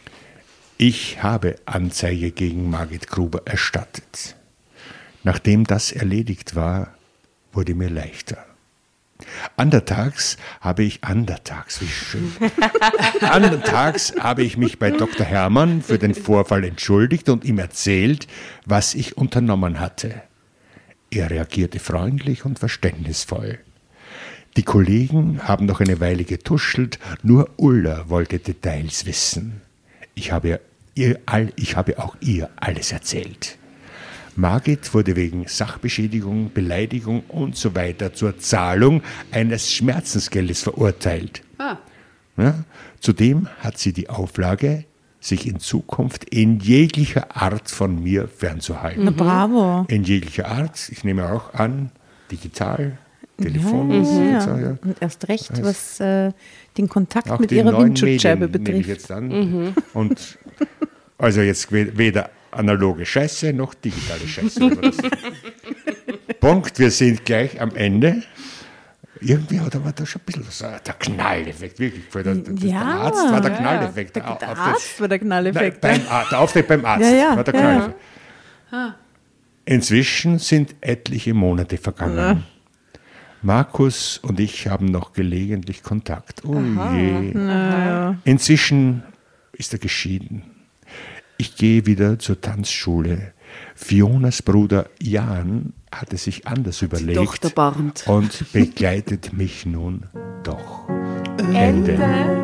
Ich habe Anzeige gegen Margit Gruber erstattet. Nachdem das erledigt war, wurde mir leichter. Andertags habe ich, andertags, wie schön, andertags habe ich mich bei Doktor Hermann für den Vorfall entschuldigt und ihm erzählt, was ich unternommen hatte. Er reagierte freundlich und verständnisvoll. Die Kollegen haben noch eine Weile getuschelt, nur Ulla wollte Details wissen. Ich habe, ihr all, ich habe auch ihr alles erzählt. Margit wurde wegen Sachbeschädigung, Beleidigung und so weiter zur Zahlung eines Schmerzensgeldes verurteilt. Ah. Ja, zudem hat sie die Auflage, sich in Zukunft in jeglicher Art von mir fernzuhalten. Na, bravo. In jeglicher Art, ich nehme auch an, digital, Telefon. Ja, ja, ja. Ja. Und erst recht, also, was äh, den Kontakt mit ihrer Windschutzscheibe betrifft. Nehme ich jetzt an. Mhm. Und also jetzt weder analoge Scheiße noch digitale Scheiße. Punkt, wir sind gleich am Ende. Irgendwie hat aber da schon ein bisschen so der Knalleffekt, wirklich. Der, der, Ja, der Arzt war der ja, Knalleffekt. Der, Auf der das- Arzt war der Knalleffekt. Nein, beim Ar- der Auftritt beim Arzt Ja, ja, war der ja, Knalleffekt. Inzwischen sind etliche Monate vergangen. Markus und ich haben noch gelegentlich Kontakt. Oh je. Inzwischen ist er geschieden. Ich gehe wieder zur Tanzschule. Fionas Bruder Jan hatte sich anders überlegt Tochter barmt. und begleitet mich nun doch. Ende.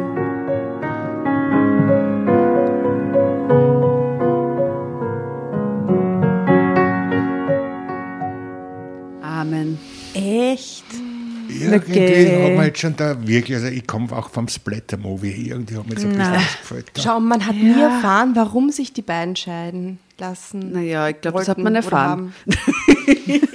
Amen. Echt? Irgendwie Okay. hat man jetzt schon da wirklich, also ich komme auch vom Splatter-Movie, irgendwie hat mir jetzt ein bisschen ausgefallen. Schau, man hat nie erfahren, warum sich die beiden scheiden lassen. Naja, ich glaube, das hat wollten man oder erfahren. haben.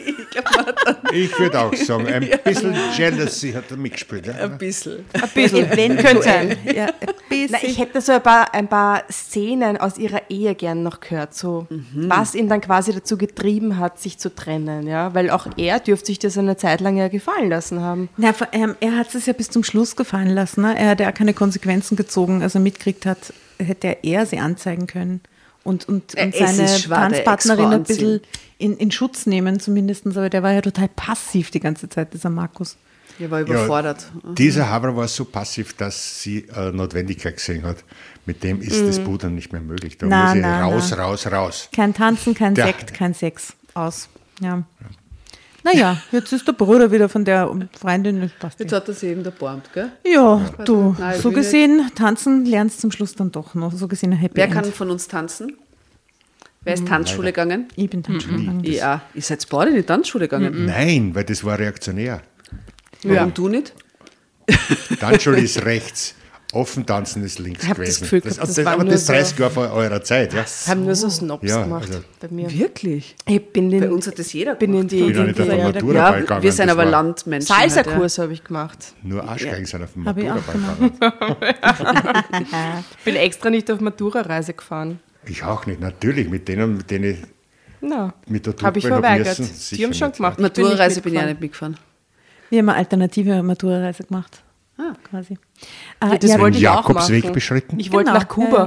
Ich würde auch sagen, ein bisschen Jealousy hat er mitgespielt. Ja? Ein bisschen. Ein bisschen, könnte sein. Ja, ein bisschen. Na, ich hätte so ein paar, ein paar Szenen aus ihrer Ehe gern noch gehört, so was ihn dann quasi dazu getrieben hat, sich zu trennen, ja, weil auch er dürfte sich das eine Zeit lang ja gefallen lassen haben. Na, vor allem, er hat es ja bis zum Schluss gefallen lassen. Ne? Er hat ja auch keine Konsequenzen gezogen, als er mitgekriegt hat, hätte er sie anzeigen können. Und, und, Äh, und es seine ist schwer, der Tanzpartnerin Ex-Frau ein bisschen in, in Schutz nehmen zumindest. Aber der war ja total passiv die ganze Zeit, dieser Markus. Ich war überfordert. Dieser Haber war so passiv, dass sie äh, Notwendigkeit gesehen hat. Mit dem ist das Pudern nicht mehr möglich. Da Na, muss ich na, raus, na. raus, raus. Kein Tanzen, kein Ja. Sekt, kein Sex. Aus. Ja. Naja, jetzt ist der Bruder wieder von der Freundin. Das passt Jetzt eh. hat er sich eben erbarmt, gell? Ja, du, Nein, ich so will nicht. gesehen, tanzen lernst zum Schluss dann doch noch. So gesehen ein Happy Wer End. kann von uns tanzen? Wer ist Tanzschule gegangen? Ich bin Tanzschule gegangen. Ja, ihr seid beide in die Tanzschule gegangen. Nein, weil das war reaktionär. Warum du nicht? Tanzschule ist rechts, offen tanzen ist links Ich hab das gewesen. Gefühl gehabt, das, das das, war aber nur das so- dreißig Jahre vor eurer Zeit. Ja. Haben nur so Snobs Ja, gemacht also- bei mir. Wirklich? Ich bin in, Bei uns hat das jeder bin in gemacht. die, Ich bin auch nicht auf die, der die Matura Ja, beigegangen. wir sind das aber war- Landmenschen. halt, Salsa-Kurs habe ich gemacht. Nur Arschgeigen sind auf dem Hab ich Matura auch beigegangen. Ich bin extra nicht auf Matura-Reise gefahren. Ich auch nicht, natürlich. Mit denen, mit denen ich Na, mit der habe ich Truppe hab verweigert. müssen, Die sicher haben schon nicht. gemacht. Matura-Reise bin ich auch mitgefahren. nicht mitgefahren. Wir haben eine alternative Matura-Reise gemacht. Ah, quasi. Äh, Das ja, wollte ich auch Jakobsweg machen. beschritten? Ich wollte Genau, nach Kuba.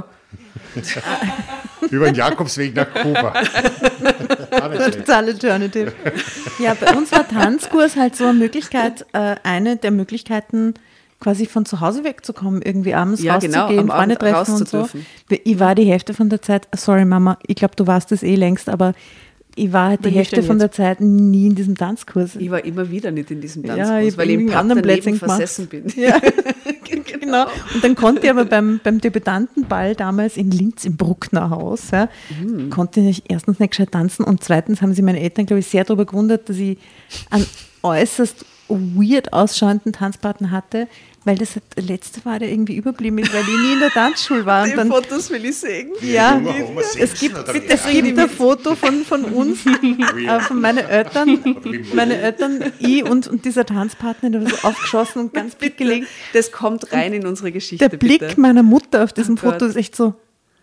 Über den Jakobsweg nach Kuba. Auch nicht schlecht. total alternative. Ja, bei uns war Tanzkurs halt so eine Möglichkeit, äh, eine der Möglichkeiten, quasi von zu Hause wegzukommen, irgendwie abends Ja, genau, rauszugehen, am Freunde Abend treffen raus und zu so. dürfen. Ich war die Hälfte von der Zeit, sorry Mama, ich glaube, du warst das eh längst, aber ich war halt die Bin ich Hälfte denn von der Zeit nie in diesem Tanzkurs. Ich war immer wieder nicht in diesem Ja, Tanzkurs, ich weil ich bin im in Pub anderen daneben Plätzen gemacht. versessen bin. Ja, genau. Und dann konnte ich aber beim, beim Debütantenball damals in Linz im Bruckner Haus, ja, Mhm. konnte ich erstens nicht gescheit tanzen und zweitens haben sich meine Eltern, glaube ich, sehr darüber gewundert, dass ich einen äußerst weird ausschauenden Tanzpartner hatte, weil das der letzte war, der irgendwie überblieben ist, weil ich nie in der Tanzschule war. Und Die dann, Fotos will ich sehen. ja, Junge Homer es Simpson gibt, oder wie? es gibt ein Foto von, von uns, äh, von meinen Eltern, meine Eltern, ich und, und dieser Tanzpartner, der war so aufgeschossen und ganz dick gelegen. Das kommt rein in unsere Geschichte, Der Blick bitte. meiner Mutter auf diesem Oh Gott. Foto ist echt so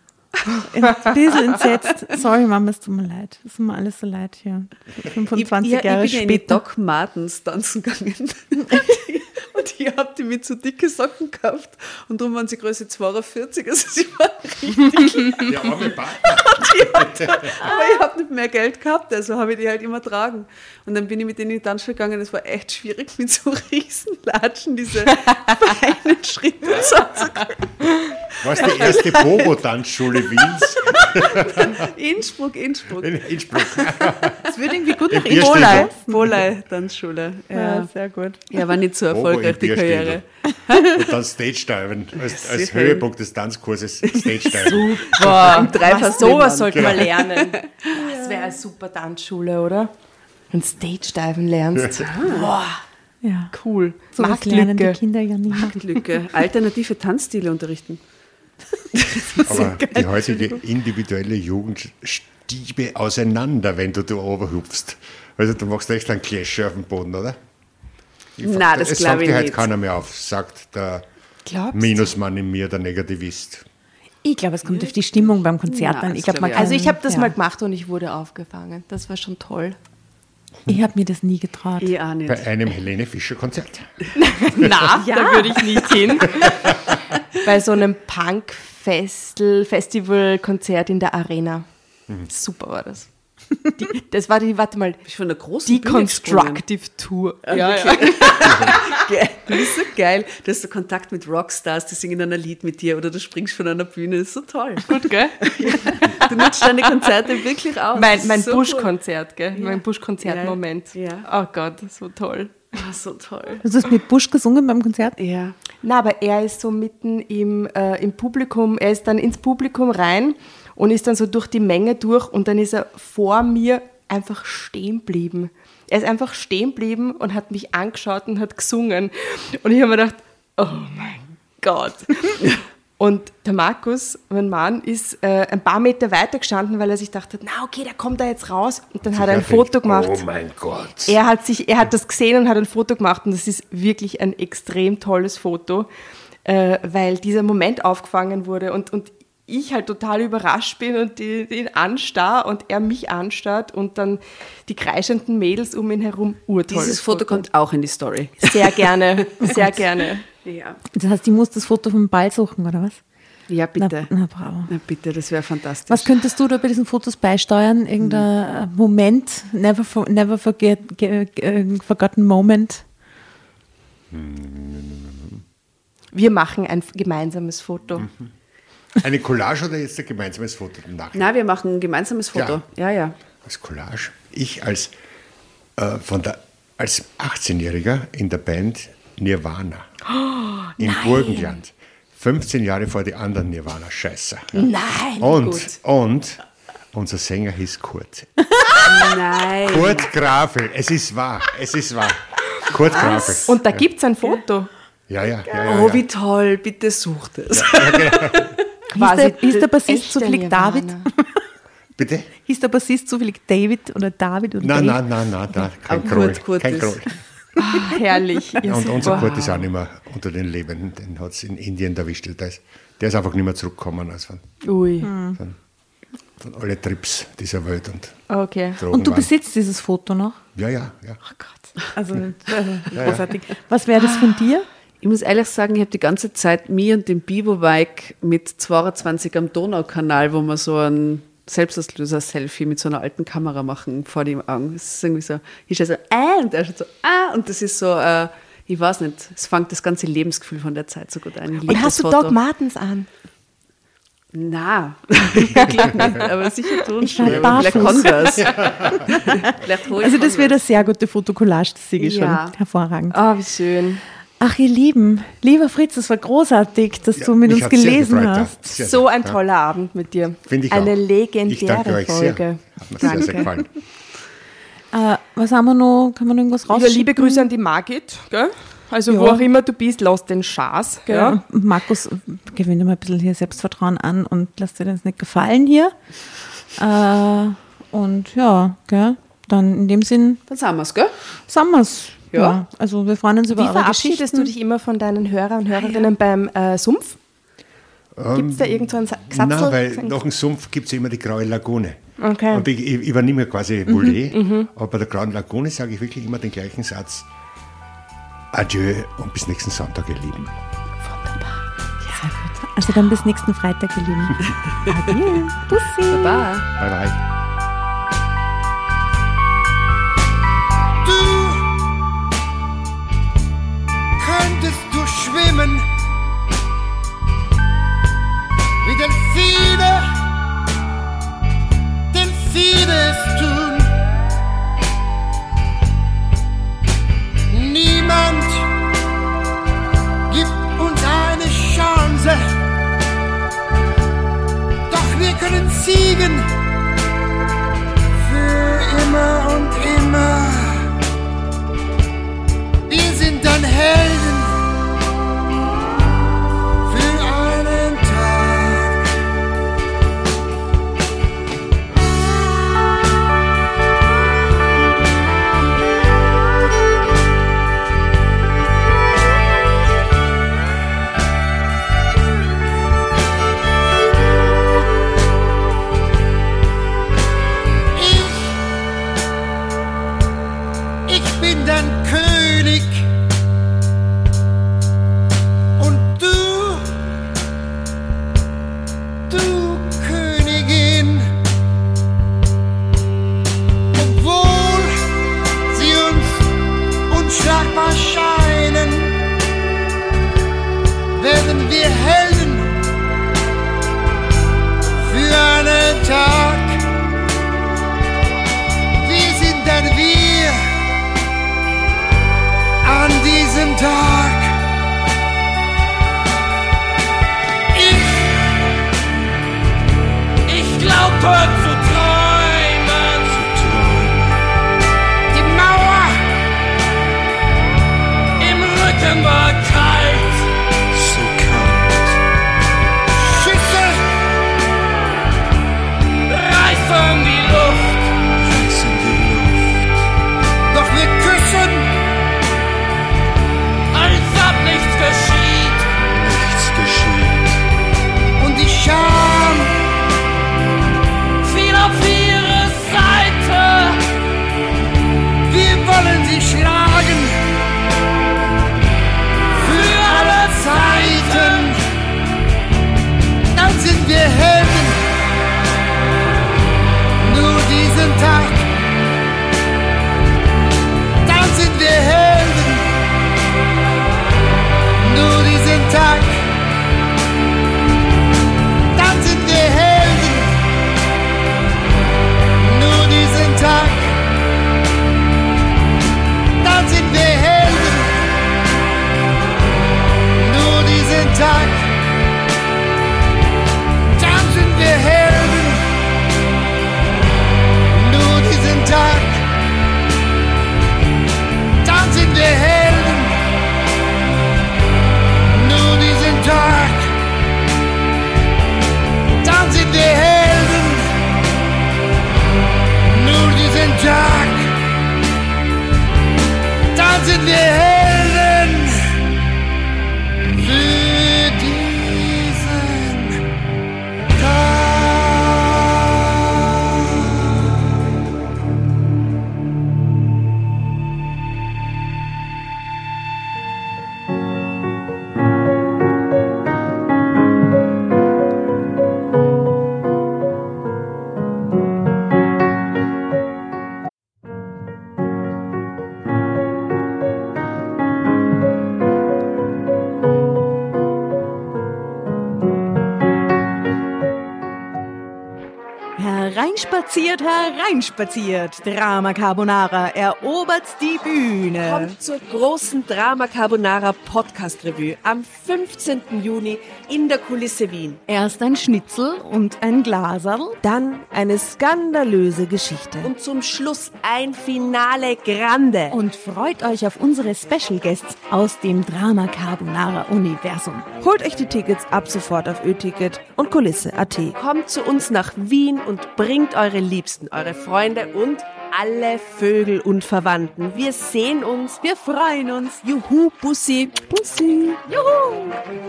ein bisschen entsetzt. Sorry, Mama, es tut mir leid. Es tut mir alles so leid hier. fünfundzwanzig ich, ja, Jahre ich bin ja in die später. Doc Martens tanzen gegangen. Und ich habe die mit so dicke Socken gekauft. Und darum waren sie Größe zweiundvierzig. Also sie waren richtig. Der arme Partner. Aber ich habe nicht mehr Geld gehabt, also habe ich die halt immer tragen. Und dann bin ich mit denen in die Tanzschule gegangen. Es war echt schwierig, mit so riesen Latschen diese feinen Schritte so zu War es die erste Bobo-Tanzschule Wiens Innsbruck, Innsbruck. in Innsbruck? Das würde irgendwie gut nach Bierstädtel. Bolei. Bolei-Tanzschule. Ja, Ja. sehr gut. ja, war nicht so Bobo erfolgreich, in die Bierstädtel. Karriere. Und dann Stage-Diven. Als, als Sicher. Höhepunkt des Tanzkurses Stage-Diven. Boah, drei was, fast sowas nebenan. sollte man lernen. Das wäre eine super Tanzschule, oder? Wenn du Stage-Diven lernst. Boah, Ja. cool. So was lernen die Marktlücke. Kinder ja nicht mehr. Lücke. Alternative Tanzstile unterrichten. Aber die heutige individuelle Jugend stiebe auseinander, wenn du da oben hüpfst. Also du machst echt einen Clash auf dem Boden, oder? Ich Nein, frag- das es glaub sagt ich dir heute nicht. keiner mehr auf, sagt der Glaubst du? Minusmann in mir, der Negativist. Ich glaube, es kommt auf die Stimmung beim Konzert Ja, an. das Ich glaube, man glaub ich kann, Also ich habe das ja. mal gemacht und ich wurde aufgefangen. Das war schon toll. Ich habe mir das nie getraut. Ich auch nicht. Bei einem Helene Fischer-Konzert. Na, da würde ich nicht hin. Bei so einem Punk-Festival-Konzert in der Arena. Super war das. Die, das war die, warte mal, Bist du von der großen die Bühne gesprungen? Constructive Tour. Ja, ja. Geil. Das ist so geil. Du hast so Kontakt mit Rockstars, die singen dann ein Lied mit dir oder du springst von einer Bühne. Das ist so toll. Gut, gell? Du nutzt deine Konzerte wirklich aus. Das Mein, ist mein so Busch-Konzert, gell? Ja. Mein Busch-Konzert-Moment. Ja, ja. Oh Gott, so toll. cool. Ah, so toll. Hast du das mit Busch gesungen beim Konzert? Ja. Na, aber er ist so mitten im, äh, im Publikum, er ist dann ins Publikum rein und ist dann so durch die Menge durch und dann ist er vor mir einfach stehen geblieben. Er ist einfach stehen geblieben und hat mich angeschaut und hat gesungen. Und ich habe mir gedacht, oh mein Gott. Und der Markus, mein Mann, ist äh, ein paar Meter weiter gestanden, weil er sich dachte, na okay, der kommt da jetzt raus. Und dann hat er ein Foto gemacht. Oh mein Gott. Er hat, sich, er hat das gesehen und hat ein Foto gemacht und das ist wirklich ein extrem tolles Foto, äh, weil dieser Moment aufgefangen wurde und, und ich halt total überrascht bin und die, die ihn anstarr und er mich anstarrt und dann die kreischenden Mädels um ihn herum, urtolles Dieses Foto kommt auch in die Story. Sehr gerne, sehr gerne. Ja. Das heißt, ich muss das Foto vom Ball suchen, oder was? Ja, bitte. Na, na bravo. Na, bitte, das wäre fantastisch. Was könntest du da bei diesen Fotos beisteuern? Irgendein Mhm. Moment, never, for, never forget, ge, ge, forgotten moment? Wir machen ein gemeinsames Foto. Eine Collage oder jetzt ein gemeinsames Foto danach? Nein, wir machen ein gemeinsames Foto. Ja, ja. Als Collage. Ich als, äh, von der, als achtzehnjähriger in der Band Nirvana im Burgenland. fünfzehn Jahre vor die anderen Nirvana-Scheißer. Ja. Nein, Und, gut. und unser Sänger hieß Kurt. Nein. Kurt Grafel. Es ist wahr. Es ist wahr. Kurt Grafel. Und da gibt es ein Foto. Ja, ja, ja. ja, Oh, ja. wie toll. Bitte sucht es. Quasi Hieß der, hieß der Bassist echte zufällig Nirvana. David? Bitte? Hieß der Bassist zufällig David oder David oder Nein, Dave? nein, nein, nein, nein. Kein Aber Kroll. Kurt, Kurt Kein ist- Kroll. Ah, herrlich. Ja, Und unser super. Kurt ist auch nicht mehr unter den Lebenden. Den hat es in Indien erwischt. Der ist, der ist einfach nicht mehr zurückgekommen als von, Ui, von, von alle Trips dieser Welt und okay. Drogen Und du waren. besitzt dieses Foto noch? Ja, ja, ja. Oh Gott. Also, äh, großartig. Was wäre das von dir? Ich muss ehrlich sagen, ich habe die ganze Zeit mir und dem Bibo-Bike mit zweiundzwanzig am Donaukanal, wo wir so ein Selbstauslöser-Selfie mit so einer alten Kamera machen vor den Augen. Das ist irgendwie so, ich stehe so, ah, und er schaut so, ah, und das ist so, äh, ich weiß nicht, es fängt das ganze Lebensgefühl von der Zeit so gut ein. Ich lieb Und hast das du Foto. Doc Martens an? Nein, ich glaube nicht, aber sicher Turnschuhe, war vielleicht barfuß. Converse. Vielleicht hol ich Also das wird eine Converse. sehr gute Fotokollage, das sehe ich Ja. schon. Hervorragend. Ah, wie schön. Ach, ihr Lieben, lieber Fritz, das war großartig, dass Ja, du mit mich uns hat's sehr gelesen gefreut, ja. hast. Sehr, So sehr, ein ja. toller Abend mit dir. Finde ich Eine auch. legendäre Ich danke euch Folge. sehr. Hat mir sehr, sehr gefallen. Äh, was haben wir noch? Kann man noch irgendwas Ja, rausschicken? liebe Grüße an die Margit. Gell? Also Ja. wo auch immer du bist, lass den Schaß. Gell? Ja. Und Markus, gewinne mal ein bisschen hier Selbstvertrauen an und lass dir das nicht gefallen hier. Äh, und ja, gell? Dann in dem Sinn, Dann sagen wir es, gell? sagen wir's. Ja. Ja. Also wir freuen uns über Wie eure verabschiedest Geschichten. du dich immer von deinen Hörer und Hörerinnen beim äh, Sumpf? Gibt es da irgend so einen Sa- Satzel? Nein, weil nach dem Sumpf gibt es immer die Graue Lagune. Okay. Und ich, ich übernehme quasi Volet, aber bei der Grauen Lagune sage ich wirklich immer den gleichen Satz. Adieu und bis nächsten Sonntag, ihr Lieben. Sehr gut. Also dann bis nächsten Freitag, ihr Lieben. Adieu. Bussi. Baba. Bye, bye. Könntest du schwimmen wie Delfine, Delfine es tun. Niemand gibt uns eine Chance, doch wir können siegen für immer und immer. Wir sind dann Helden für einen Tag. sind ein König und du, du Königin. Obwohl sie uns unschlagbar scheinen, werden wir Helden für einen Tag. Wir sind dann wir an diesem Tag. Ich, ich glaubte zu träumen. Die Mauer im Rücken war kalt. So kalt. Schüsse reißen die Luft. Reißen die Luft. Doch wir küssen, als ob nichts geschieht. Nichts geschieht. Und die Scham fiel auf ihre Seite. Wir wollen sie schlagen. Für alle Zeiten. Dann sind wir Helden. Nur diesen Tag. Dann sind wir Helden. Nur diesen Tag. Dann sind wir Helden. Nur diesen Tag. Dann sind wir Helden. Nur diesen Tag. Dann sind wir Helden. Nur diesen Tag. Dann sind wir Helden. Nur diesen Tag. Dann sind wir Helden. Nur diesen Tag. Dann sind wir Helden. Für diesen Tag. Hereinspaziert, hereinspaziert. Drama Carbonara erobert die Bühne. Kommt zur großen Drama Carbonara Podcast Revue am fünfzehnten Juni in der Kulisse Wien. Erst ein Schnitzel und ein Glaserl. Dann eine skandalöse Geschichte. Und zum Schluss ein Finale Grande. Und freut euch auf unsere Special Guests aus dem Drama Carbonara Universum. Holt euch die Tickets ab sofort auf Ö-Ticket und Kulisse punkt at. Kommt zu uns nach Wien und bringt eure Liebsten, eure Freunde und alle Vögel und Verwandten. Wir sehen uns. Wir freuen uns. Juhu, Bussi. Bussi. Juhu.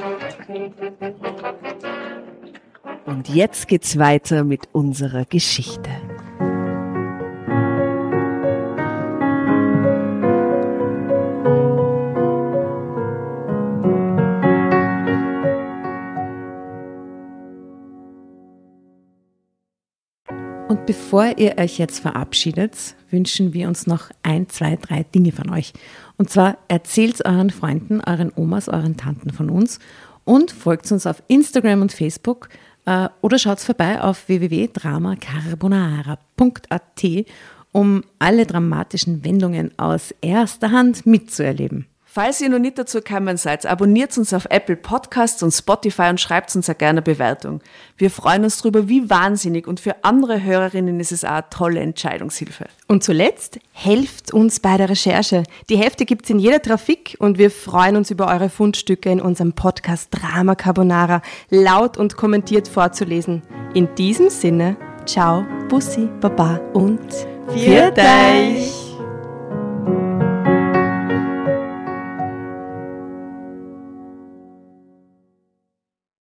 Und jetzt geht's weiter mit unserer Geschichte. Und bevor ihr euch jetzt verabschiedet, wünschen wir uns noch ein, zwei, drei Dinge von euch. Und zwar erzählt euren Freunden, euren Omas, euren Tanten von uns und folgt uns auf Instagram und Facebook äh, oder schaut vorbei auf w w w punkt drama carbonara punkt a t, um alle dramatischen Wendungen aus erster Hand mitzuerleben. Falls ihr noch nicht dazu gekommen seid, abonniert uns auf Apple Podcasts und Spotify und schreibt uns auch gerne eine Bewertung. Wir freuen uns drüber wie wahnsinnig und für andere Hörerinnen ist es auch eine tolle Entscheidungshilfe. Und zuletzt, helft uns bei der Recherche. Die Hefte gibt's in jeder Trafik und wir freuen uns über eure Fundstücke in unserem Podcast Drama Carbonara laut und kommentiert vorzulesen. In diesem Sinne, ciao, Bussi, Baba und Viert euch!